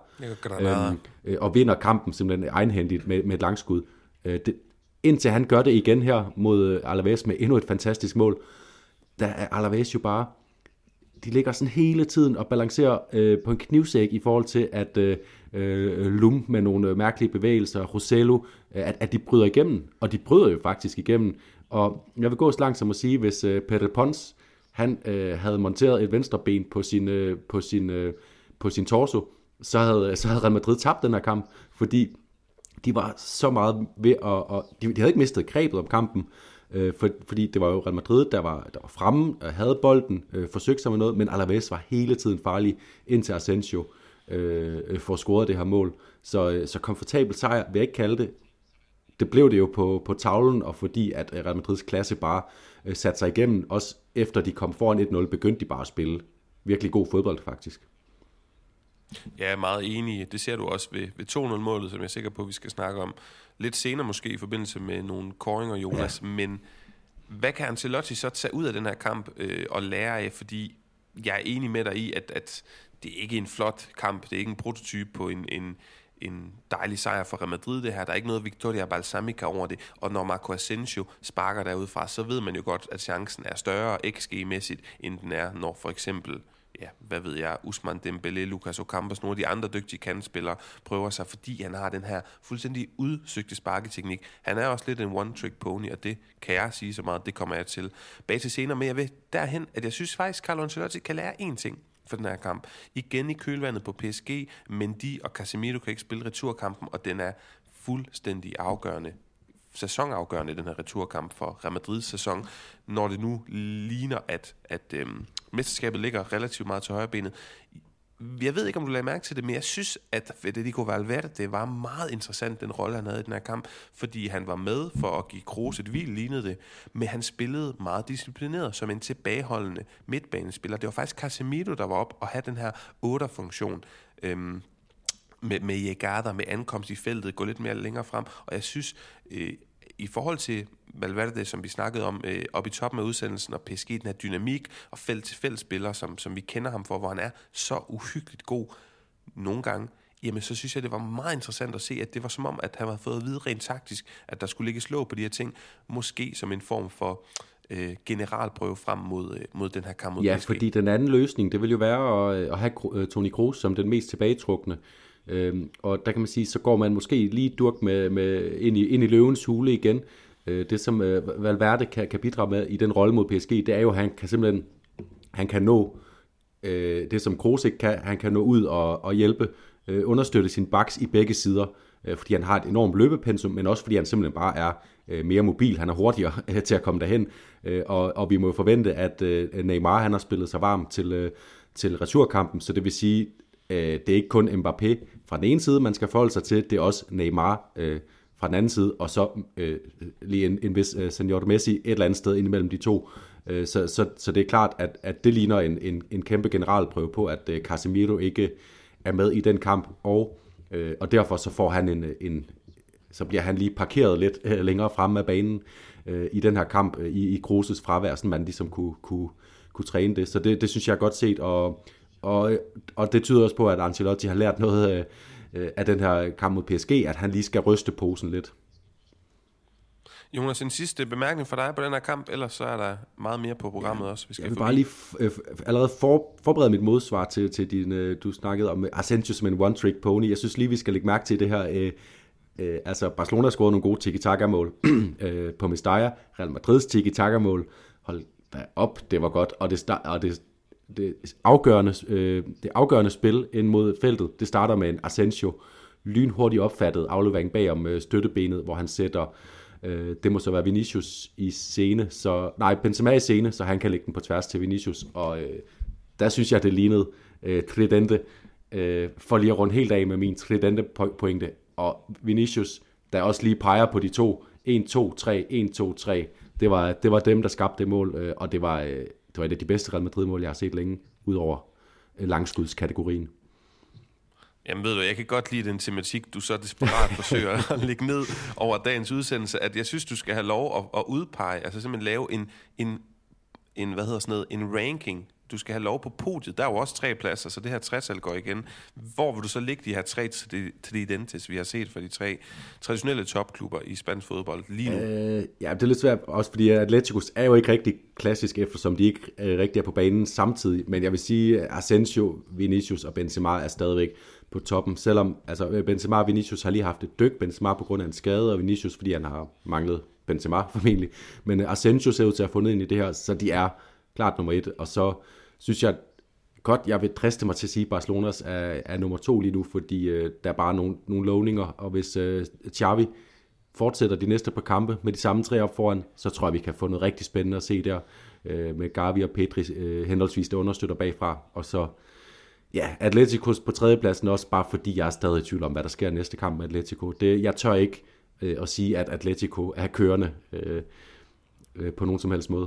Og vinder kampen simpelthen egenhændigt med et langskud. Indtil han gør det igen her mod Alaves med endnu et fantastisk mål, der er Alaves jo bare, de ligger sådan hele tiden og balancerer på en knivsæk i forhold til, at Lum med nogle mærkelige bevægelser, Rossello, at de bryder igennem. Og de bryder jo faktisk igennem. Og jeg vil gå så langt som at sige, hvis Pere Pons, han havde monteret et venstre ben på sin torso, så havde Real Madrid tabt den her kamp, fordi de var så meget ved de havde ikke mistet grebet om kampen, fordi det var jo Real Madrid, der var fremme, havde bolden, forsøgte sig med noget, men Alaves var hele tiden farlig, indtil Asensio får scoret det her mål. Så komfortabel sejr vil jeg ikke kalde det. Det blev det jo på tavlen, og fordi at Real Madrids klasse bare satte sig igennem, også efter de kom foran 1-0, begyndte de bare at spille virkelig god fodbold faktisk. Jeg er meget enig. Det ser du også ved 2-0-målet, som jeg er sikker på, at vi skal snakke om lidt senere måske i forbindelse med nogle koringer, Jonas. Ja. Men hvad kan Ancelotti så tage ud af den her kamp og lære af? Fordi jeg er enig med dig i, at det er ikke en flot kamp. Det er ikke en prototype på en dejlig sejr for Real Madrid, det her. Der er ikke noget Victoria Balsamica over det. Og når Marco Asensio sparker derudfra, så ved man jo godt, at chancen er større XG-mæssigt, end den er, når for eksempel Ousmane Dembélé, Lucas Ocampos, nogle af de andre dygtige kantspillere prøver sig, fordi han har den her fuldstændig udsøgte sparketeknik. Han er også lidt en one-trick pony, og det kan jeg sige så meget, det kommer jeg til bag til senere. Men jeg vil derhen, at jeg synes faktisk, Carlo Ancelotti kan lære én ting for den her kamp. Igen i kølvandet på PSG, Mendy og Casemiro kan ikke spille returkampen, og den er fuldstændig afgørende. Sæsonafgørende, den her returkamp for Real Madrids sæson, når det nu ligner, at mesterskabet ligger relativt meget til højrebenet. Jeg ved ikke, om du lagde mærke til det, men jeg synes, at Federico Valverde, det var meget interessant, den rolle, han havde i den her kamp, fordi han var med for at give Kroos et hvil, lignede det, men han spillede meget disciplineret, som en tilbageholdende midtbanespiller. Det var faktisk Casemiro, der var op og havde den her 8'er-funktion, med Jegada, med ankomst i feltet, gå lidt mere længere frem, og jeg synes, i forhold til Valverde, som vi snakkede om oppe i toppen af udsendelsen, og PSG, den her dynamik og felt-til-felt spiller, som vi kender ham for, hvor han er så uhyggeligt god nogle gange, jamen så synes jeg, det var meget interessant at se, at det var som om, at han havde fået at vide rent taktisk, at der skulle ligge slå på de her ting, måske som en form for generalprøve frem mod den her kamp mod PSG. Fordi den anden løsning, det vil jo være at have Toni Kroos som den mest tilbagetrukne. Og der kan man sige, så går man måske lige durk med ind i løvens hule igen. Det som Valverde kan bidrage med i den rolle mod PSG, det er jo, at han kan nå det som Kroos ikke kan. Han kan nå ud og hjælpe, understøtte sin backs i begge sider, fordi han har et enormt løbepensum, men også fordi han simpelthen bare er mere mobil. Han er hurtigere til at komme derhen, og vi må jo forvente, at Neymar han har spillet sig varm til returkampen, så det vil sige, det er ikke kun Mbappé fra den ene side, man skal forholde sig til, det er også Neymar fra den anden side, og så lige en vis Senior Messi et eller andet sted indimellem de to. Så det er klart, at det ligner en kæmpe generalprøve på, at Casemiro ikke er med i den kamp, og derfor så får han så bliver han lige parkeret lidt længere fremme af banen i den her kamp i Krooses fravær, så man ligesom kunne træne det. Så det synes jeg er godt set, og det tyder også på, at Ancelotti har lært noget af den her kamp mod PSG, at han lige skal ryste posen lidt. Jonas, en sidste bemærkning for dig på den her kamp, ellers så er der meget mere på programmet også. Vi skal jeg vil bare lige allerede forberede mit modsvar til din, du snakkede om Asensio som en one-trick pony. Jeg synes lige, vi skal lægge mærke til det her. Altså, Barcelona scorede nogle gode tiki-taka-mål på Mestalla. Real Madrids tiki-taka-mål, hold da op, det var godt. Og det afgørende spil ind mod feltet, det starter med en Asensio lynhurtigt opfattet aflevering bag om støttebenet, hvor han sætter, det må så være Vinicius i scene, Benzema i scene, så han kan lægge den på tværs til Vinicius, og der synes jeg, det lignede Tridente, for lige at runde helt af med min Tridente-pointe, og Vinicius, der også lige peger på de to, 1-2-3, det var dem, der skabte det mål, og det var et af de bedste Real Madrid-mål, jeg har set længe, udover langskuddskategorien. Jamen ved du, jeg kan godt lide den tematik, du så desperat forsøger at lægge ned over dagens udsendelse, at jeg synes, du skal have lov at udpege, altså simpelthen lave en ranking. Du skal have lov på podiet. Der er jo også 3 pladser, så det her 3-tal går igen. Hvor vil du så lægge de her 3 Tridentes, vi har set fra de 3 traditionelle topklubber i spansk fodbold lige nu? Ja, det er lidt svært, også fordi Atleticos er jo ikke rigtig klassisk, eftersom de ikke rigtig er på banen samtidig. Men jeg vil sige, at Asensio, Vinicius og Benzema er stadigvæk på toppen. Selvom Benzema og Vinicius har lige haft et dyk. Benzema på grund af en skade, og Vinicius, fordi han har manglet Benzema formentlig. Men Asensio ser ud til at have fundet ind i det her, så de er klart nummer 1, og så synes jeg godt, jeg vil driste mig til at sige, at Barcelonas er nummer 2 lige nu, fordi der er bare nogle lovninger, og hvis Xavi fortsætter de næste par kampe med de samme 3 op foran, så tror jeg, vi kan få noget rigtig spændende at se der, med Gavi og Pedri henholdsvis, der understøtter bagfra, og så Atleticos på 3. pladsen også, bare fordi jeg er stadig i tvivl om, hvad der sker næste kamp med Atletico. Jeg tør ikke at sige, at Atletico er kørende på nogen som helst måde.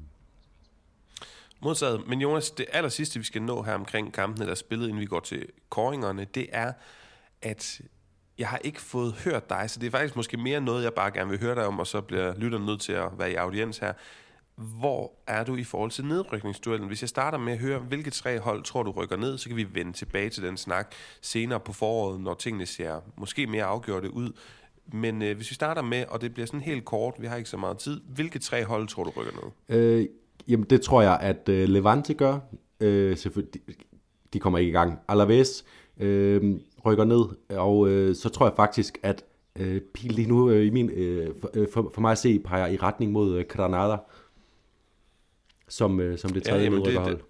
Modtaget. Men Jonas, det aller sidste, vi skal nå her omkring kampene, der er spillet, inden vi går til kåringerne, det er, at jeg har ikke fået hørt dig, så det er faktisk måske mere noget, jeg bare gerne vil høre dig om, og så bliver lytteren nødt til at være i audiens her. Hvor er du i forhold til nedrykningsduellen? Hvis jeg starter med at høre, hvilke 3 hold tror du rykker ned, så kan vi vende tilbage til den snak senere på foråret, når tingene ser måske mere afgjorte ud. Men hvis vi starter med, og det bliver sådan helt kort, vi har ikke så meget tid, hvilke 3 hold tror du rykker ned? Jamen det tror jeg, at Levante gør. Selvfølgelig, de kommer ikke i gang. Alaves rykker ned, og så tror jeg faktisk, at pil lige nu for mig at se peger i retning mod Granada, som det tredje nedrykkerhold.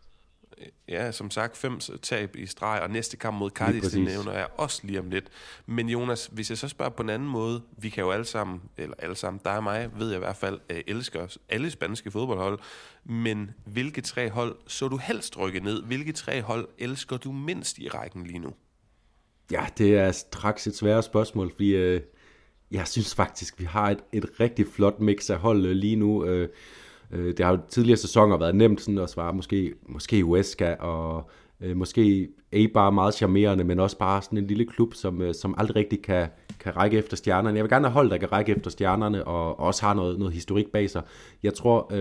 Ja, som sagt 5 tab i streg, og næste kamp mod Cadiz, det nævner jeg også lige om lidt. Men Jonas, hvis jeg så spørger på en anden måde, vi kan jo alle sammen, dig og mig, ved jeg i hvert fald, elsker alle spanske fodboldhold, men hvilke 3 hold så du helst rykke ned? Hvilke 3 hold elsker du mindst i rækken lige nu? Ja, det er straks et svært spørgsmål, fordi jeg synes faktisk, vi har et rigtig flot mix af hold lige nu. Det har jo tidligere sæsoner været nemt sådan at svare, måske Huesca, og måske Eibar meget charmerende, men også bare sådan en lille klub, som aldrig rigtig kan række efter stjernerne. Jeg vil gerne have hold, der kan række efter stjernerne, og også har noget historik bag sig. Jeg tror,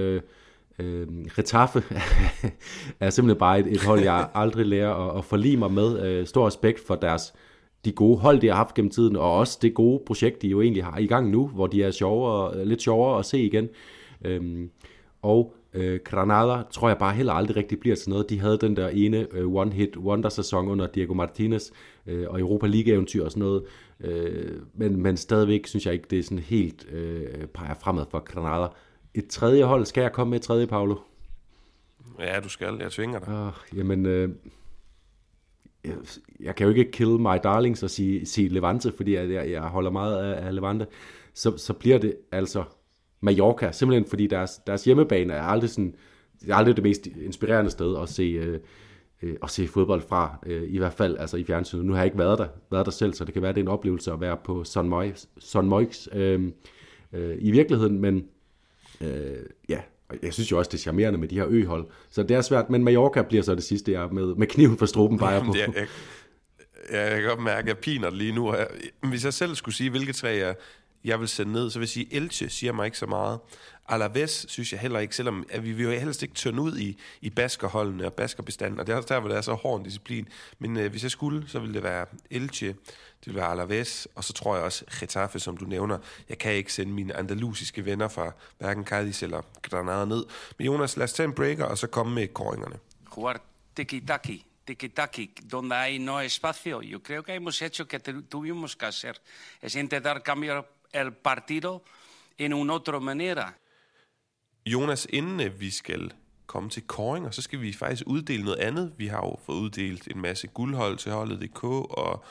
Getafe er simpelthen bare et hold, jeg aldrig lærer at forlige mig med. Stor respekt for de gode hold, de har haft gennem tiden, og også det gode projekt, de jo egentlig har i gang nu, hvor de er lidt sjovere at se igen. Og Granada tror jeg bare heller aldrig rigtig bliver til noget. De havde den der ene one-hit wonder-sæson under Diego Martinez og Europa League-eventyr og sådan noget. Men stadigvæk synes jeg ikke, det er sådan helt peger fremad for Granada. Et tredje hold, skal jeg komme med et tredje, Paolo? Ja, du skal. Jeg tvinger dig. Jamen, jeg kan jo ikke kill my darlings og sige Levante, fordi jeg holder meget af Levante. Så bliver det altså Mallorca, simpelthen fordi deres hjemmebane er aldrig det mest inspirerende sted at at se fodbold fra, i hvert fald altså i fjernsynet. Nu har jeg ikke været der selv, så det kan være, det er en oplevelse at være på Son Moix i virkeligheden, men ja, jeg synes jo også, det er charmerende med de her øhold, så det er svært, men Mallorca bliver så det sidste, jeg med kniven for struben peger på. Jeg kan godt mærke, at jeg piner lige nu. Hvis jeg selv skulle sige, hvilke tre jeg vil sende ned, så vil jeg sige, Elche siger mig ikke så meget. Alaves synes jeg heller ikke, selvom at vi vil jo helst ikke tørne ud i baskerholdene og baskerbestanden, og det er også der, hvor det er så hård en disciplin. Men hvis jeg skulle, så ville det være Elche, det ville være Alaves, og så tror jeg også Getafe, som du nævner. Jeg kan ikke sende mine andalusiske venner fra hverken Cádiz eller Granada ned. Men Jonas, lad os tage en breaker, og så komme med kåringerne. Jugar tiki-taki, donde hay no espacio. Yo creo que hemos hecho que tuvimos que hacer. Es intentar cambiar el partido en una otra manera. Jonas, inden vi skal komme til kåringer, så skal vi faktisk uddele noget andet. Vi har jo fået uddelt en masse guldhold til holdet.dk, og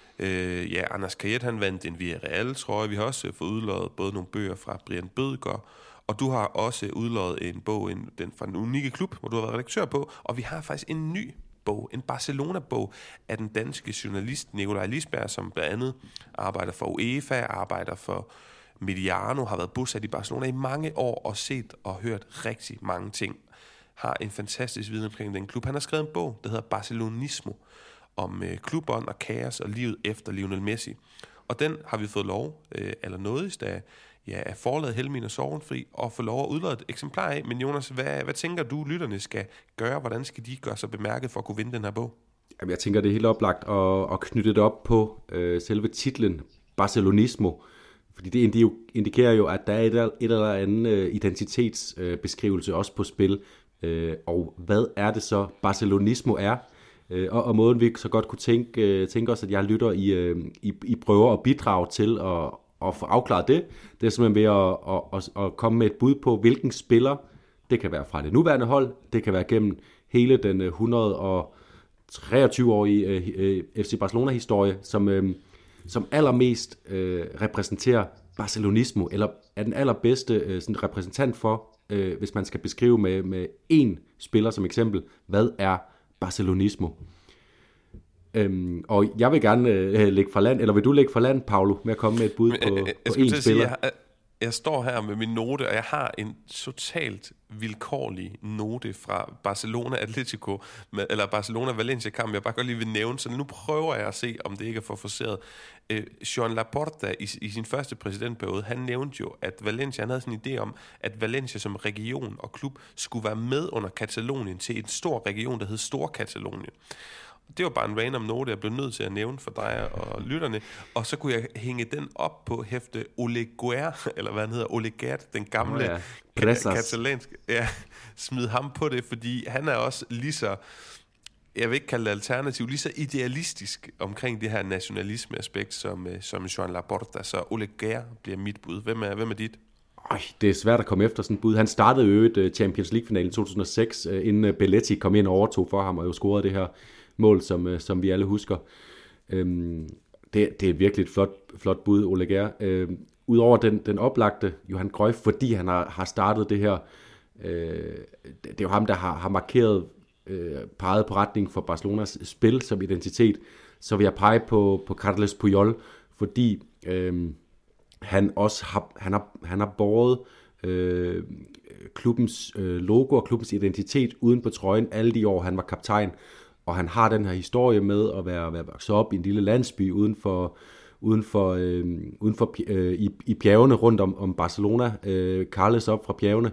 Anders Kajet, han vandt en Villarreal, tror jeg. Vi har også fået udløjet både nogle bøger fra Brian Bødker, og du har også udløjet en bog, den fra den unikke klub, hvor du har været redaktør på, og vi har faktisk en ny bog, en Barcelona-bog af den danske journalist Nikolaj Lisberg, som blandt andet arbejder for UEFA, arbejder for Mediano, har været bosat i Barcelona i mange år og set og hørt rigtig mange ting. Har en fantastisk viden omkring den klub. Han har skrevet en bog, der hedder Barcelonismo, om klubånd og kaos og livet efter Lionel Messi. Og den har vi fået lov, eller nådigst af forlaget Helmin og Sorgenfri, og få lov at udlade et eksemplar af. Men Jonas, hvad tænker du, lytterne skal gøre? Hvordan skal de gøre sig bemærket for at kunne vinde den her bog? Jamen, jeg tænker, det er helt oplagt at knytte det op på selve titlen Barcelonismo. Fordi det indikerer jo, at der er et eller andet identitetsbeskrivelse også på spil. Og hvad er det så, Barcelonismo er? Og måden vi så godt kunne tænke os, at jeg lytter i prøver at bidrage til at få afklaret det er simpelthen ved at komme med et bud på, hvilken spiller, det kan være fra det nuværende hold, det kan være gennem hele den 123-årige FC Barcelona-historie, som allermest repræsenterer Barcelonismo, eller er den allerbedste sådan repræsentant for, hvis man skal beskrive med én spiller som eksempel, hvad er Barcelonismo? Og jeg vil gerne lægge fra land, eller vil du lægge fra land, Paulo, med at komme med et bud på én spiller? Jeg står her med min note, og jeg har en totalt vilkårlig note fra Barcelona Atletico, eller Barcelona Valencia kamp, jeg bare godt lige vil nævne, så nu prøver jeg at se, om det ikke er for forceret. Joan Laporta i sin første præsidentperiode, han nævnte jo, at Valencia, han havde sådan en idé om, at Valencia som region og klub skulle være med under Katalonien til en stor region, der hed Storkatalonien. Det var bare en random note, jeg blev nødt til at nævne for dig og lytterne. Og så kunne jeg hænge den op på hæfte Oleguer, eller hvad han hedder, Olegert, den gamle katalanske. Ja, smid ham på det, fordi han er også lige så, jeg vil ikke kalde det alternativ, lige så idealistisk omkring det her nationalisme-aspekt, som Joan Laporta. Så Oleguer bliver mit bud. Hvem er dit? Det er svært at komme efter sådan et bud. Han startede jo et Champions League-finalen i 2006, inden Belletti kom ind og overtog for ham, og jo scorede det her mål, som vi alle husker. Det er virkelig et flot bud, Oleguer. Udover den oplagte Johan Cruyff, fordi han har startet det her, det er jo ham, der har markeret, peget på retning for Barcelonas spil som identitet, så vil jeg pege på Carles Puyol, fordi han også han har båret klubbens logo og klubbens identitet uden på trøjen alle de år, han var kaptajn. Og han har den her historie med at være vokset op i en lille landsby uden for i bjergene rundt om Barcelona, Carles op fra bjergene,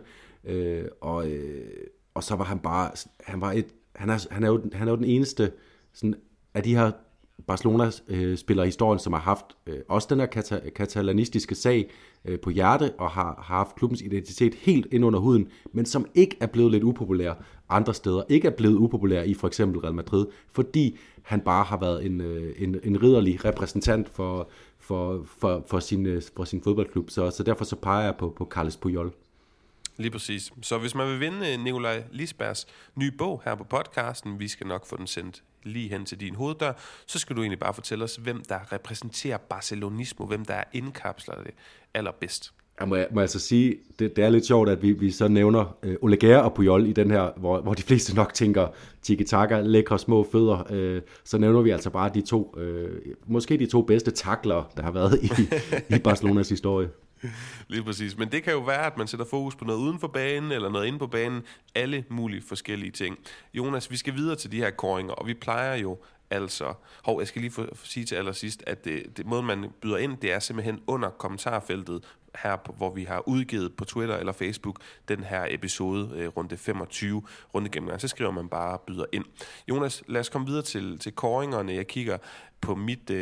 og så var han bare, han er jo den eneste sådan, af de her Barcelona-spillere i historien, som har haft også den her katalanistiske sag på hjerte, og har haft klubbens identitet helt ind under huden, men som ikke er blevet lidt upopulær andre steder, ikke er blevet upopulær i for eksempel Real Madrid, fordi han bare har været en ridderlig repræsentant for sin fodboldklub, så derfor så peger jeg på Carles Puyol. Lige præcis. Så hvis man vil vinde Nikolaj Lisbergs nye bog her på podcasten, vi skal nok få den sendt lige hen til din hoveddør, så skal du egentlig bare fortælle os, hvem der repræsenterer Barcelonismo, hvem der indkapsler det allerbedst. Jeg må altså sige, det er lidt sjovt, at vi så nævner Oleguer og Puyol i den her, hvor de fleste nok tænker tiki-taka, lækre små fødder. Så nævner vi altså bare de to, måske de to bedste taklere, der har været i Barcelonas historie. Lige præcis. Men det kan jo være, at man sætter fokus på noget uden for banen, eller noget inde på banen. Alle mulige forskellige ting. Jonas, vi skal videre til de her kåringer, og vi plejer jo altså... jeg skal lige få sige til allersidst, at det måden, man byder ind, det er simpelthen under kommentarfeltet her, hvor vi har udgivet på Twitter eller Facebook den her episode, runde 25, runde gennemgang. Så skriver man bare byder ind. Jonas, lad os komme videre til kåringerne. Jeg kigger på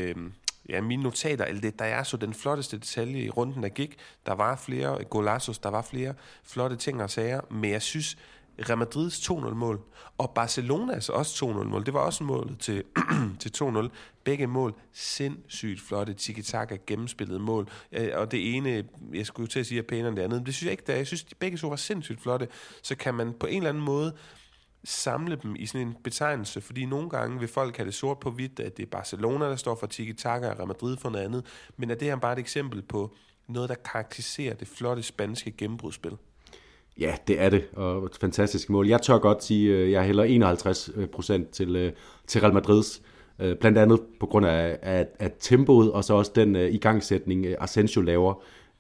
mine notater, der er så den flotteste detalje i runden, der gik. Der var flere golazos, der var flere flotte ting og sager, men jeg synes, Real Madrids 2-0-mål, og Barcelonas også 2-0-mål, det var også målet til 2-0. Begge mål, sindssygt flotte, tiki-taka, gennemspillede mål. Og det ene, jeg skulle jo til at sige, er pænere end det andet, men det synes jeg ikke, der. Jeg synes, de begge så var sindssygt flotte. Så kan man på en eller anden måde samle dem i sådan en betegnelse, fordi nogle gange vil folk have det sort på hvidt, at det er Barcelona, der står for tiki-taka, og Real Madrid for noget andet. Men er det her bare et eksempel på noget, der karakteriserer det flotte spanske gennembrudsspil? Ja, det er det, og et fantastisk mål. Jeg tør godt sige, at jeg hælder 51% til Real Madrids, blandt andet på grund af tempoet, og så også den igangsætning, Asensio laver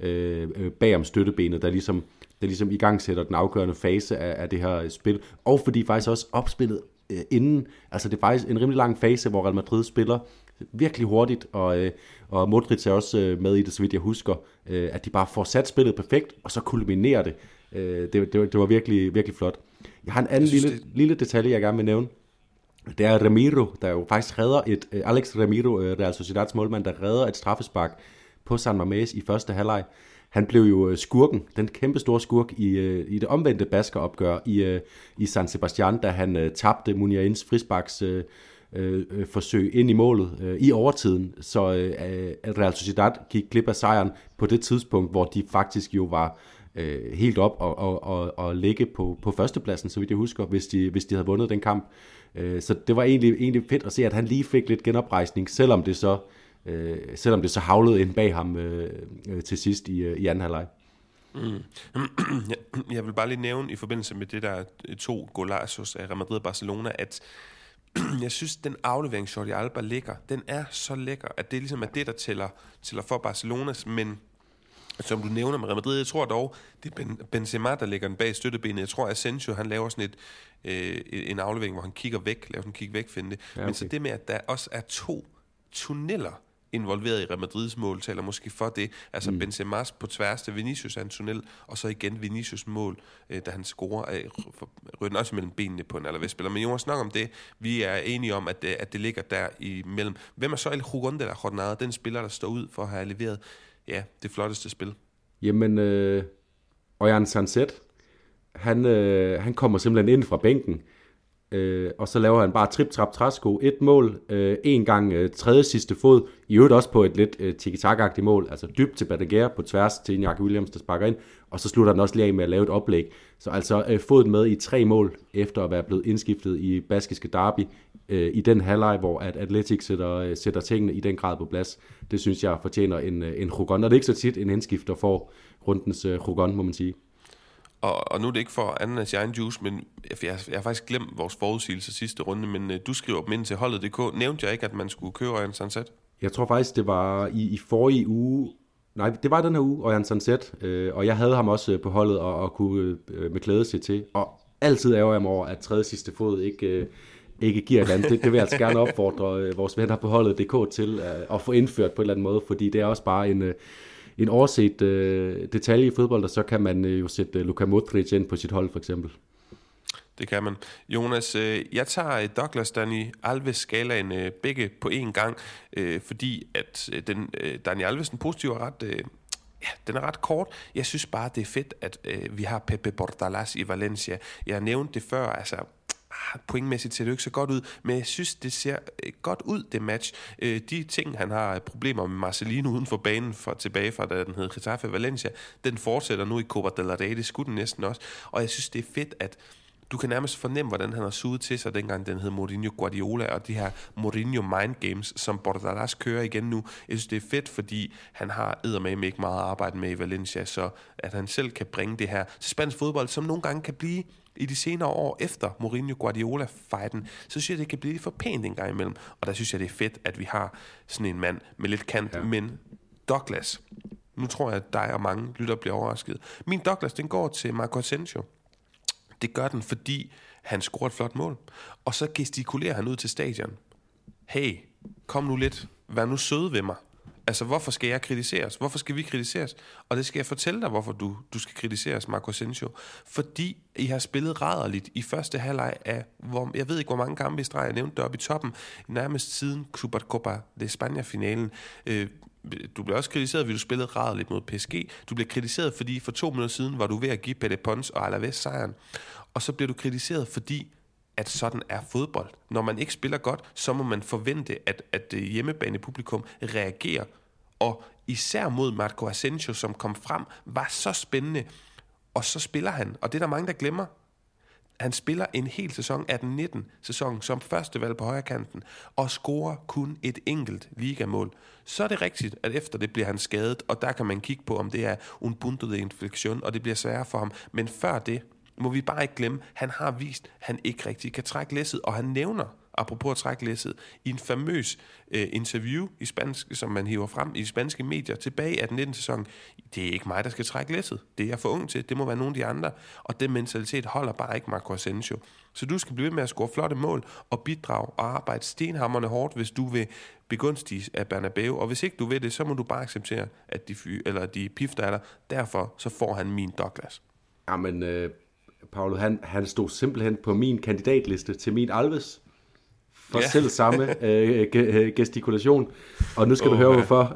bag om støttebenet, der ligesom igangsætter den afgørende fase af det her spil, og fordi faktisk også opspillet inden, altså det er faktisk en rimelig lang fase, hvor Real Madrid spiller virkelig hurtigt, og Modric er også med i det, så vidt jeg husker, at de bare får sat spillet perfekt, og så kulminerer det. Det var virkelig, virkelig flot. Jeg har en anden lille detalje, jeg gerne vil nævne. Det er Ramiro, der jo faktisk redder Alex Ramiro, Real Sociedads målmand, der redder et straffespark på San Mamés i første halvleg. Han blev jo skurken, den kæmpe store skurk i det omvendte baskeropgør i San Sebastián, da han tabte Muniains frisparks forsøg ind i målet i overtiden, så Real Sociedad gik glip af sejren på det tidspunkt, hvor de faktisk jo var helt op og ligge på førstepladsen, så vidt jeg husker, hvis de havde vundet den kamp. Så det var egentlig fedt at se, at han lige fik lidt genoprejsning, selvom det så havlede ind bag ham til sidst i anden halvleg. Jeg vil bare lige nævne i forbindelse med det der 2 golazos af Real Madrid og Barcelona, at jeg synes, den aflevering Jordi Alba ligger, den er så lækker, at det ligesom er det, der tæller for Barcelonas, men som du nævner med Real Madrid, jeg tror dog, det er Benzema, der ligger den bag støttebenet. Jeg tror, at Asensio, han laver sådan en aflevering, hvor han kigger væk, laver sådan en kig væk, finde det. Ja, okay. Men så det med, at der også er 2 tunneller involveret i Real Madrids mål, taler måske for det. Altså Benzema's på tværs til Vinicius er en tunnel, og så igen Vinicius mål, da han scorer, rører den også mellem benene på en allervestspiller. Men Jonas, nok om det. Vi er enige om, at det ligger der imellem. Hvem er så El Jugón de la Jornada, den spiller, der står ud for at have leveret det flotteste spil? Jamen, Ollán Sancet, han kommer simpelthen ind fra bænken, og så laver han bare trip-trap-træsko, 1 mål, 1 gang tredje sidste fod, i øvrigt også på et lidt tiki-taka-agtigt mål, altså dybt til Balaguer på tværs til Iñaki Williams, der sparker ind, og så slutter den også lige af med at lave et oplæg. Så altså fået med i 3 mål, efter at være blevet indskiftet i baskiske derby, i den halvleg, hvor at Atletic sætter tingene i den grad på plads. Det synes jeg fortjener en Jugón, og det er ikke så tit en indskifter får rundens Jugón, må man sige. Og nu er det ikke for anden af egen juice, men jeg har faktisk glemt vores forudsigelse sidste runde, men du skriver dem ind til holdet.dk. Nævnte jeg ikke, at man skulle købe Ollán Sancet? Jeg tror faktisk, det var i forrige uge. Nej, det var den her uge, Ollán Sancet, og jeg havde ham også på holdet og kunne med glæde se til. Og altid ærger jeg mig over, at tredje sidste fod ikke giver et andet. Det vil jeg altså gerne opfordre vores venner på holdet.dk til at få indført på en eller anden måde, fordi det er også bare en overset detalje i fodbold, og så kan man jo sætte Luka Modric ind på sit hold, for eksempel. Det kan man. Jonas, jeg tager Douglas Dani Alves-skalaen begge på én gang, fordi at Dani Alves, den positive, den er ret kort. Jeg synes bare, det er fedt, at vi har Pepe Bordalas i Valencia. Jeg har nævnt det før, altså pointmæssigt ser det jo ikke så godt ud, men jeg synes, det ser godt ud, det match. De ting, han har problemer med Marcelino uden for banen tilbage fra, da den hed Getafe Valencia, den fortsætter nu i Copa del Rey, det skulle den næsten også. Og jeg synes, det er fedt, at Du kan nærmest fornemme, hvordan han har suget til sig, dengang den hed Mourinho Guardiola, og de her Mourinho Mind Games, som Bordalas kører igen nu. Jeg synes, det er fedt, fordi han har eddermame ikke meget at arbejde med i Valencia, så at han selv kan bringe det her til spansk fodbold, som nogle gange kan blive i de senere år efter Mourinho Guardiola-fighten, så synes jeg, det kan blive for pænt en gang imellem. Og der synes jeg, det er fedt, at vi har sådan en mand med lidt kant. Ja. Men Douglas, nu tror jeg, at dig og mange lytter bliver overrasket. Min Douglas, den går til Marco Asensio. Det gør den, fordi han scorer et flot mål. Og så gestikulerer han ud til stadion. Hey, kom nu lidt. Vær nu søde ved mig. Altså, hvorfor skal jeg kritiseres? Hvorfor skal vi kritiseres? Og det skal jeg fortælle dig, hvorfor du skal kritiseres, Marco Asensio. Fordi I har spillet rædderligt i første halvleg af, jeg ved ikke, hvor mange kampe i streg, jeg nævnte deroppe i toppen, nærmest siden Supercopa de España-finalen. Du blev også kritiseret, fordi du spillede rædderligt mod PSG. Du blev kritiseret, fordi for 2 minutter siden var du ved at give Pere Pons og Alaves sejren. Og så blev du kritiseret, fordi at sådan er fodbold. Når man ikke spiller godt, så må man forvente, at hjemmebanepublikum reagerer. Og især mod Marco Asensio, som kom frem, var så spændende. Og så spiller han, og det er der mange, der glemmer. Han spiller en hel sæson, 18-19 sæson, som første valg på højre kanten, og scorer kun et enkelt ligamål. Så er det rigtigt, at efter det bliver han skadet, og der kan man kigge på, om det er un punto de inflexion, og det bliver sværere for ham. Men før det må vi bare ikke glemme, han har vist, at han ikke rigtig kan trække læsset, og han nævner, apropos at trække læsset, i en famøs interview i spansk, som man hiver frem i spanske medier tilbage i 18-19 sæson. Det er ikke mig, der skal trække læsset. Det er jeg for ung til. Det må være nogle af de andre. Og den mentalitet holder bare ikke Marco Asensio. Så du skal blive ved med at score flotte mål og bidrage og arbejde stenhamrende hårdt, hvis du vil begunstiges af Bernabeu. Og hvis ikke du vil det, så må du bare acceptere, at de pifter er der. Derfor så får han min Douglas. Jamen, Paulo, han stod simpelthen på min kandidatliste til min Alves for selv samme gestikulation. Og nu skal du høre, hvorfor.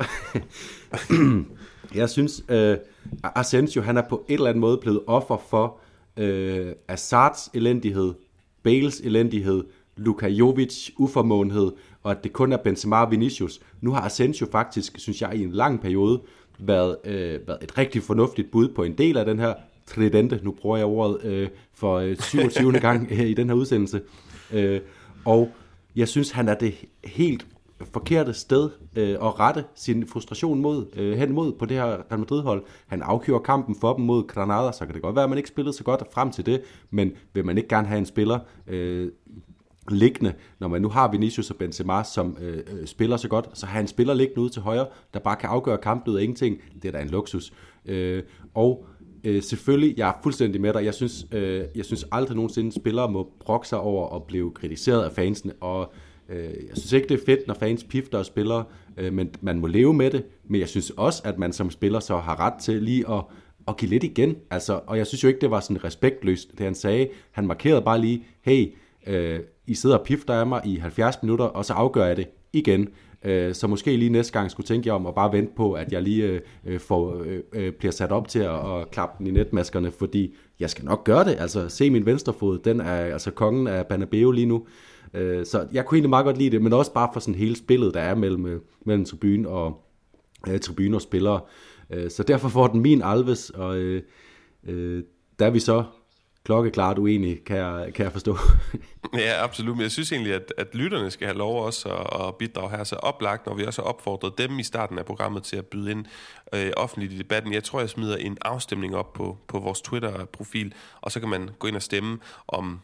Jeg synes, Asensio, han er på et eller andet måde blevet offer for Hazards elendighed, Bales elendighed, Luka Jovic uformåenhed, og at det kun er Benzema og Vinicius. Nu har Asensio faktisk, synes jeg, i en lang periode været et rigtig fornuftigt bud på en del af den her tridente, nu bruger jeg ordet for 27. gang i den her udsendelse. Og jeg synes, han er det helt forkerte sted at rette sin frustration hen mod på det her Real Madrid-hold. Han afkører kampen for dem mod Granada, så kan det godt være, at man ikke spillede så godt frem til det, men vil man ikke gerne have en spiller liggende, når man nu har Vinicius og Benzema, som spiller så godt, så har en spiller liggende ude til højre, der bare kan afgøre kampen ud af ingenting. Det er da en luksus. Og selvfølgelig, jeg er fuldstændig med dig. Jeg synes aldrig nogensinde spillere må brokke sig over at blive kritiseret af fansene, og jeg synes ikke, det er fedt, når fans pifter og spillere, men man må leve med det, men jeg synes også, at man som spiller så har ret til lige at give lidt igen. Altså, og jeg synes jo ikke, det var sådan respektløst, det han sagde. Han markerede bare lige, hey, I sidder og pifter af mig i 70 minutter, og så afgør jeg det igen. Så måske lige næste gang skulle tænke jer om at bare vente på, at jeg lige bliver sat op til at klappe den i netmaskerne, fordi jeg skal nok gøre det. Altså, se min venstrefod, den er altså kongen af Bernabeu lige nu. Så jeg kunne egentlig meget godt lide det, men også bare for sådan hele spillet, der er mellem tribune og spillere. Så derfor får den min Alves, og der er vi så klokkeklart uenige, kan jeg forstå. Ja, absolut. Men jeg synes egentlig, at lytterne skal have lov også at bidrage her så oplagt, når vi også har opfordret dem i starten af programmet til at byde ind offentligt i debatten. Jeg tror, jeg smider en afstemning op på vores Twitter-profil, og så kan man gå ind og stemme om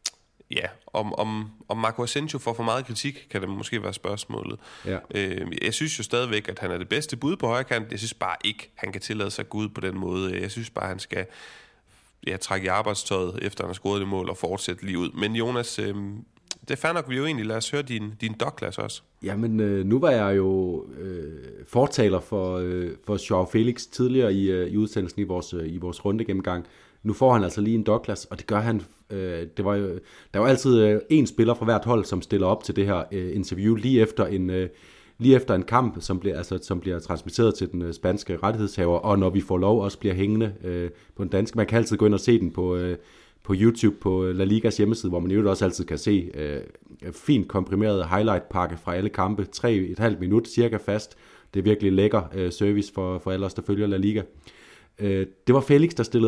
Marco Asensio får for meget kritik, kan det måske være spørgsmålet. Ja. Jeg synes jo stadigvæk, at han er det bedste bud på højre kant. Jeg synes bare ikke, han kan tillade sig at gå ud på den måde. Jeg synes bare, han skal trække i arbejdstøjet, efter han har scoret det mål, og fortsætte lige ud. Men Jonas, det er fair nok, vi jo egentlig lad os høre din Douglas også. Jamen, nu var jeg jo fortaler for Joao Felix tidligere i udsendelsen i vores rundegennemgang. Nu får han altså lige en Douglas, og det gør han. Der var jo altid en spiller fra hvert hold, som stiller op til det her interview lige efter en kamp, som bliver transmitteret til den spanske rettighedshaver, og når vi får lov også bliver hængende på den danske. Man kan altid gå ind og se den på YouTube på La Ligas hjemmeside, hvor man jo også altid kan se fint komprimeret highlight-pakke fra alle kampe, 3,5 minut cirka fast. Det er virkelig lækker service for alle os, der følger La Liga. Det var Felix, der stillede op,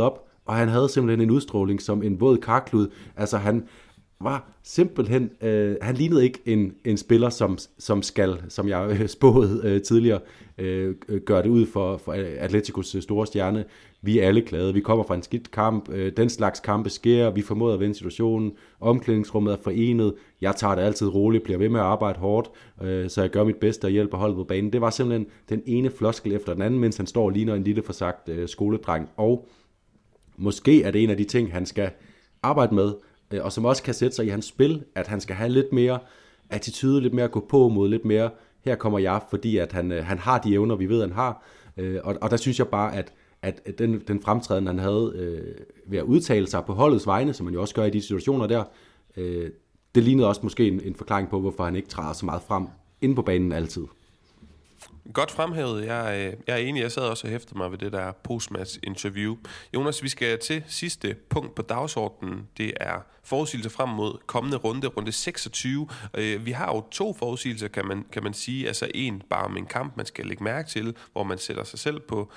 og han havde simpelthen en udstråling som en våd karklud. Altså han var simpelthen, han lignede ikke en spiller, som skal, som jeg spåede tidligere, gøre det ud for Atleticos store stjerne. Vi er alle glade, vi kommer fra en skidt kamp, den slags kampe sker, vi formåede at vende situationen, omklædningsrummet er forenet, jeg tager det altid roligt, bliver ved med at arbejde hårdt, så jeg gør mit bedste og hjælper holdet på banen. Det var simpelthen den ene floskel efter den anden, mens han står og ligner en lille forsagt skoledreng, og måske er det en af de ting, han skal arbejde med, og som også kan sætte sig i hans spil, at han skal have lidt mere attitude, lidt mere at gå på mod, lidt mere, her kommer jeg, fordi at han har de evner, vi ved, han har, og der synes jeg bare, at den fremtræden, han havde ved at udtale sig på holdets vegne, som man jo også gør i de situationer der, det lignede også måske en forklaring på, hvorfor han ikke træder så meget frem inde på banen altid. Godt fremhævet. Jeg er enig, jeg sad også og hæftede mig ved det der postmatch interview. Jonas, vi skal til sidste punkt på dagsordenen. Det er forudsigelser frem mod kommende runde 26. Vi har jo 2 forudsigelser, kan man sige. Altså en bare om en kamp, man skal lægge mærke til, hvor man sætter sig selv på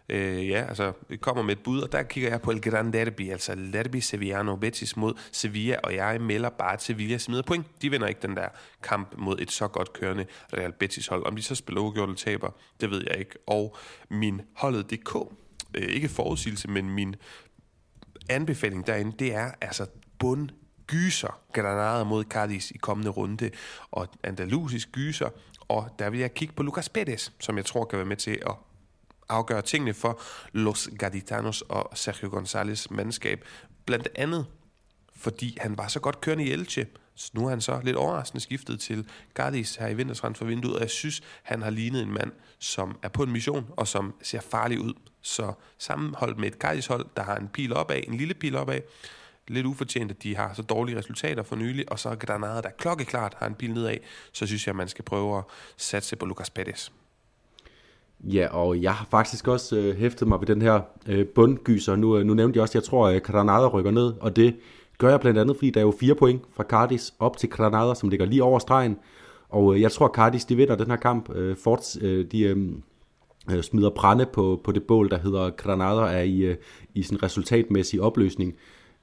kommer med et bud, og der kigger jeg på El Gran Derby, altså Derby Sevillano, Betis mod Sevilla, og jeg melder bare, at Sevilla smider point. De vinder ikke den der kamp mod et så godt kørende Real Betis-hold. Om de så spiller uafgjort eller taber, det ved jeg ikke. Og min holdet.dk, ikke forudsigelse, men min anbefaling derinde, det er altså bundgyser Granada mod Cadiz i kommende runde, og andalusisk gyser, og der vil jeg kigge på Lucas Pérez, som jeg tror kan være med til at afgøre tingene for Los Gaditanos og Sergio González mandskab. Blandt andet, fordi han var så godt kørende i Elche. Så nu er han så lidt overraskende skiftet til Cadiz her i vintertransfervinduet, og jeg synes, han har lignet en mand, som er på en mission, og som ser farlig ud. Så sammenholdt med et Cadiz-hold, der har en pil opad, en lille pil opad, lidt ufortjent, at de har så dårlige resultater for nylig, og så Granada, der klokkeklart har en pil nedad, så synes jeg, man skal prøve at satse på Lucas Pérez. Ja, og jeg har faktisk også hæftet mig ved den her bundgyser. Nu nævnte jeg også, at jeg tror, at Granada rykker ned, og det gør jeg blandt andet, fordi der er jo 4 point fra Cadiz op til Granada, som ligger lige over stregen. Og jeg tror, at Cadiz, de vinder den her kamp. De smider brænde på det bål, der hedder Granada, er i sådan resultatmæssig opløsning.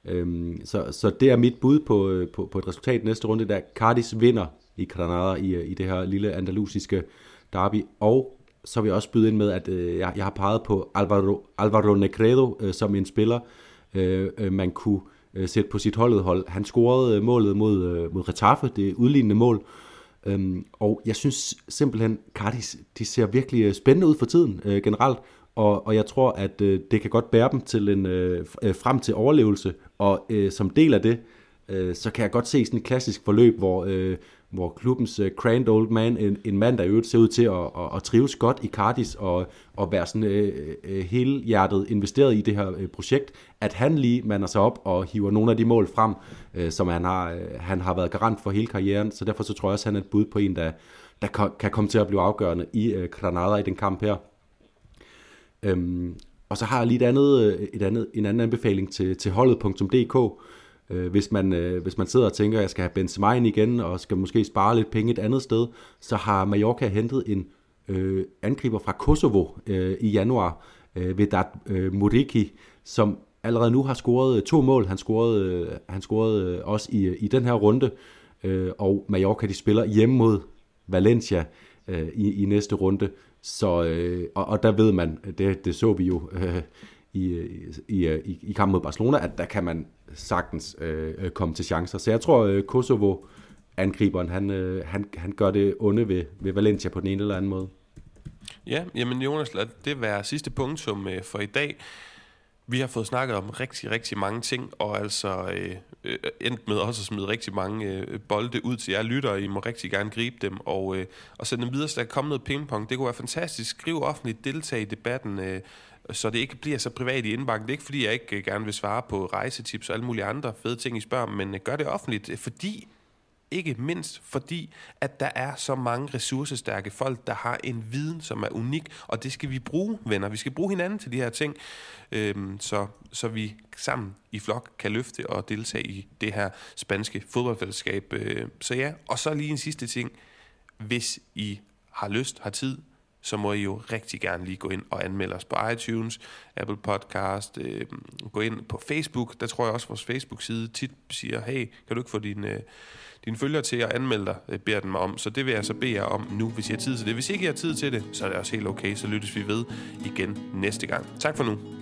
Så det er mit bud på et resultat næste runde, der Cadiz vinder i Granada i det her lille andalusiske derby. Og så vil jeg også byde ind med, at jeg har peget på Alvaro Negredo som en spiller, man kunne sætte på sit hold. Han scorede målet mod Getafe, det udlignende mål. Og jeg synes simpelthen, Cadiz, de ser virkelig spændende ud for tiden generelt. Og jeg tror, at det kan godt bære dem til frem til overlevelse. Og som del af det, så kan jeg godt se sådan et klassisk forløb, hvor klubbens grand old man, en mand, der i øvrigt ser ud til at trives godt i Cadiz og være sådan helhjertet investeret i det her projekt, at han lige mander sig op og hiver nogle af de mål frem, som han har været garant for hele karrieren. Så derfor så tror jeg også, at han er et bud på en, der kan komme til at blive afgørende i Granada i den kamp her. Og så har jeg lige en anden anbefaling til holdet.dk. Hvis man sidder og tænker, at jeg skal have Benzema ind igen, og skal måske spare lidt penge et andet sted, så har Mallorca hentet en angriber fra Kosovo i januar, Vedat Muriqi, som allerede nu har scoret 2 mål. Han scorede også i den her runde, og Mallorca, de spiller hjemme mod Valencia i næste runde. Så, og der ved man, det så vi jo i kampen mod Barcelona, at der kan man sagtens komme til chancer. Så jeg tror, Kosovo-angriberen, han gør det onde ved Valencia på den ene eller anden måde. Ja, jamen Jonas, lad det være sidste punktum for i dag. Vi har fået snakket om rigtig, rigtig mange ting, og altså endt med også at smide rigtig mange bolde ud til jer lyttere. I må rigtig gerne gribe dem og sende dem videre, så der er kommet noget pingpong. Det kunne være fantastisk. Skriv offentligt, deltag i debatten, så det ikke bliver så privat i indbakken. Det er ikke, fordi jeg ikke gerne vil svare på rejsetips og alle mulige andre fede ting, I spørger, men gør det offentligt, ikke mindst fordi, at der er så mange ressourcestærke folk, der har en viden, som er unik, og det skal vi bruge, venner. Vi skal bruge hinanden til de her ting, så vi sammen i flok kan løfte og deltage i det her spanske fodboldfællesskab. Så ja, og så lige en sidste ting. Hvis I har lyst, har tid, så må I jo rigtig gerne lige gå ind og anmelde os på iTunes, Apple Podcast, gå ind på Facebook. Der tror jeg også, vores Facebook-side tit siger, hey, kan du ikke få dine følgere til at anmelde dig, beder den mig om. Så det vil jeg så bede jer om nu, hvis I har tid til det. Hvis ikke I har tid til det, så er det også helt okay, så lyttes vi ved igen næste gang. Tak for nu.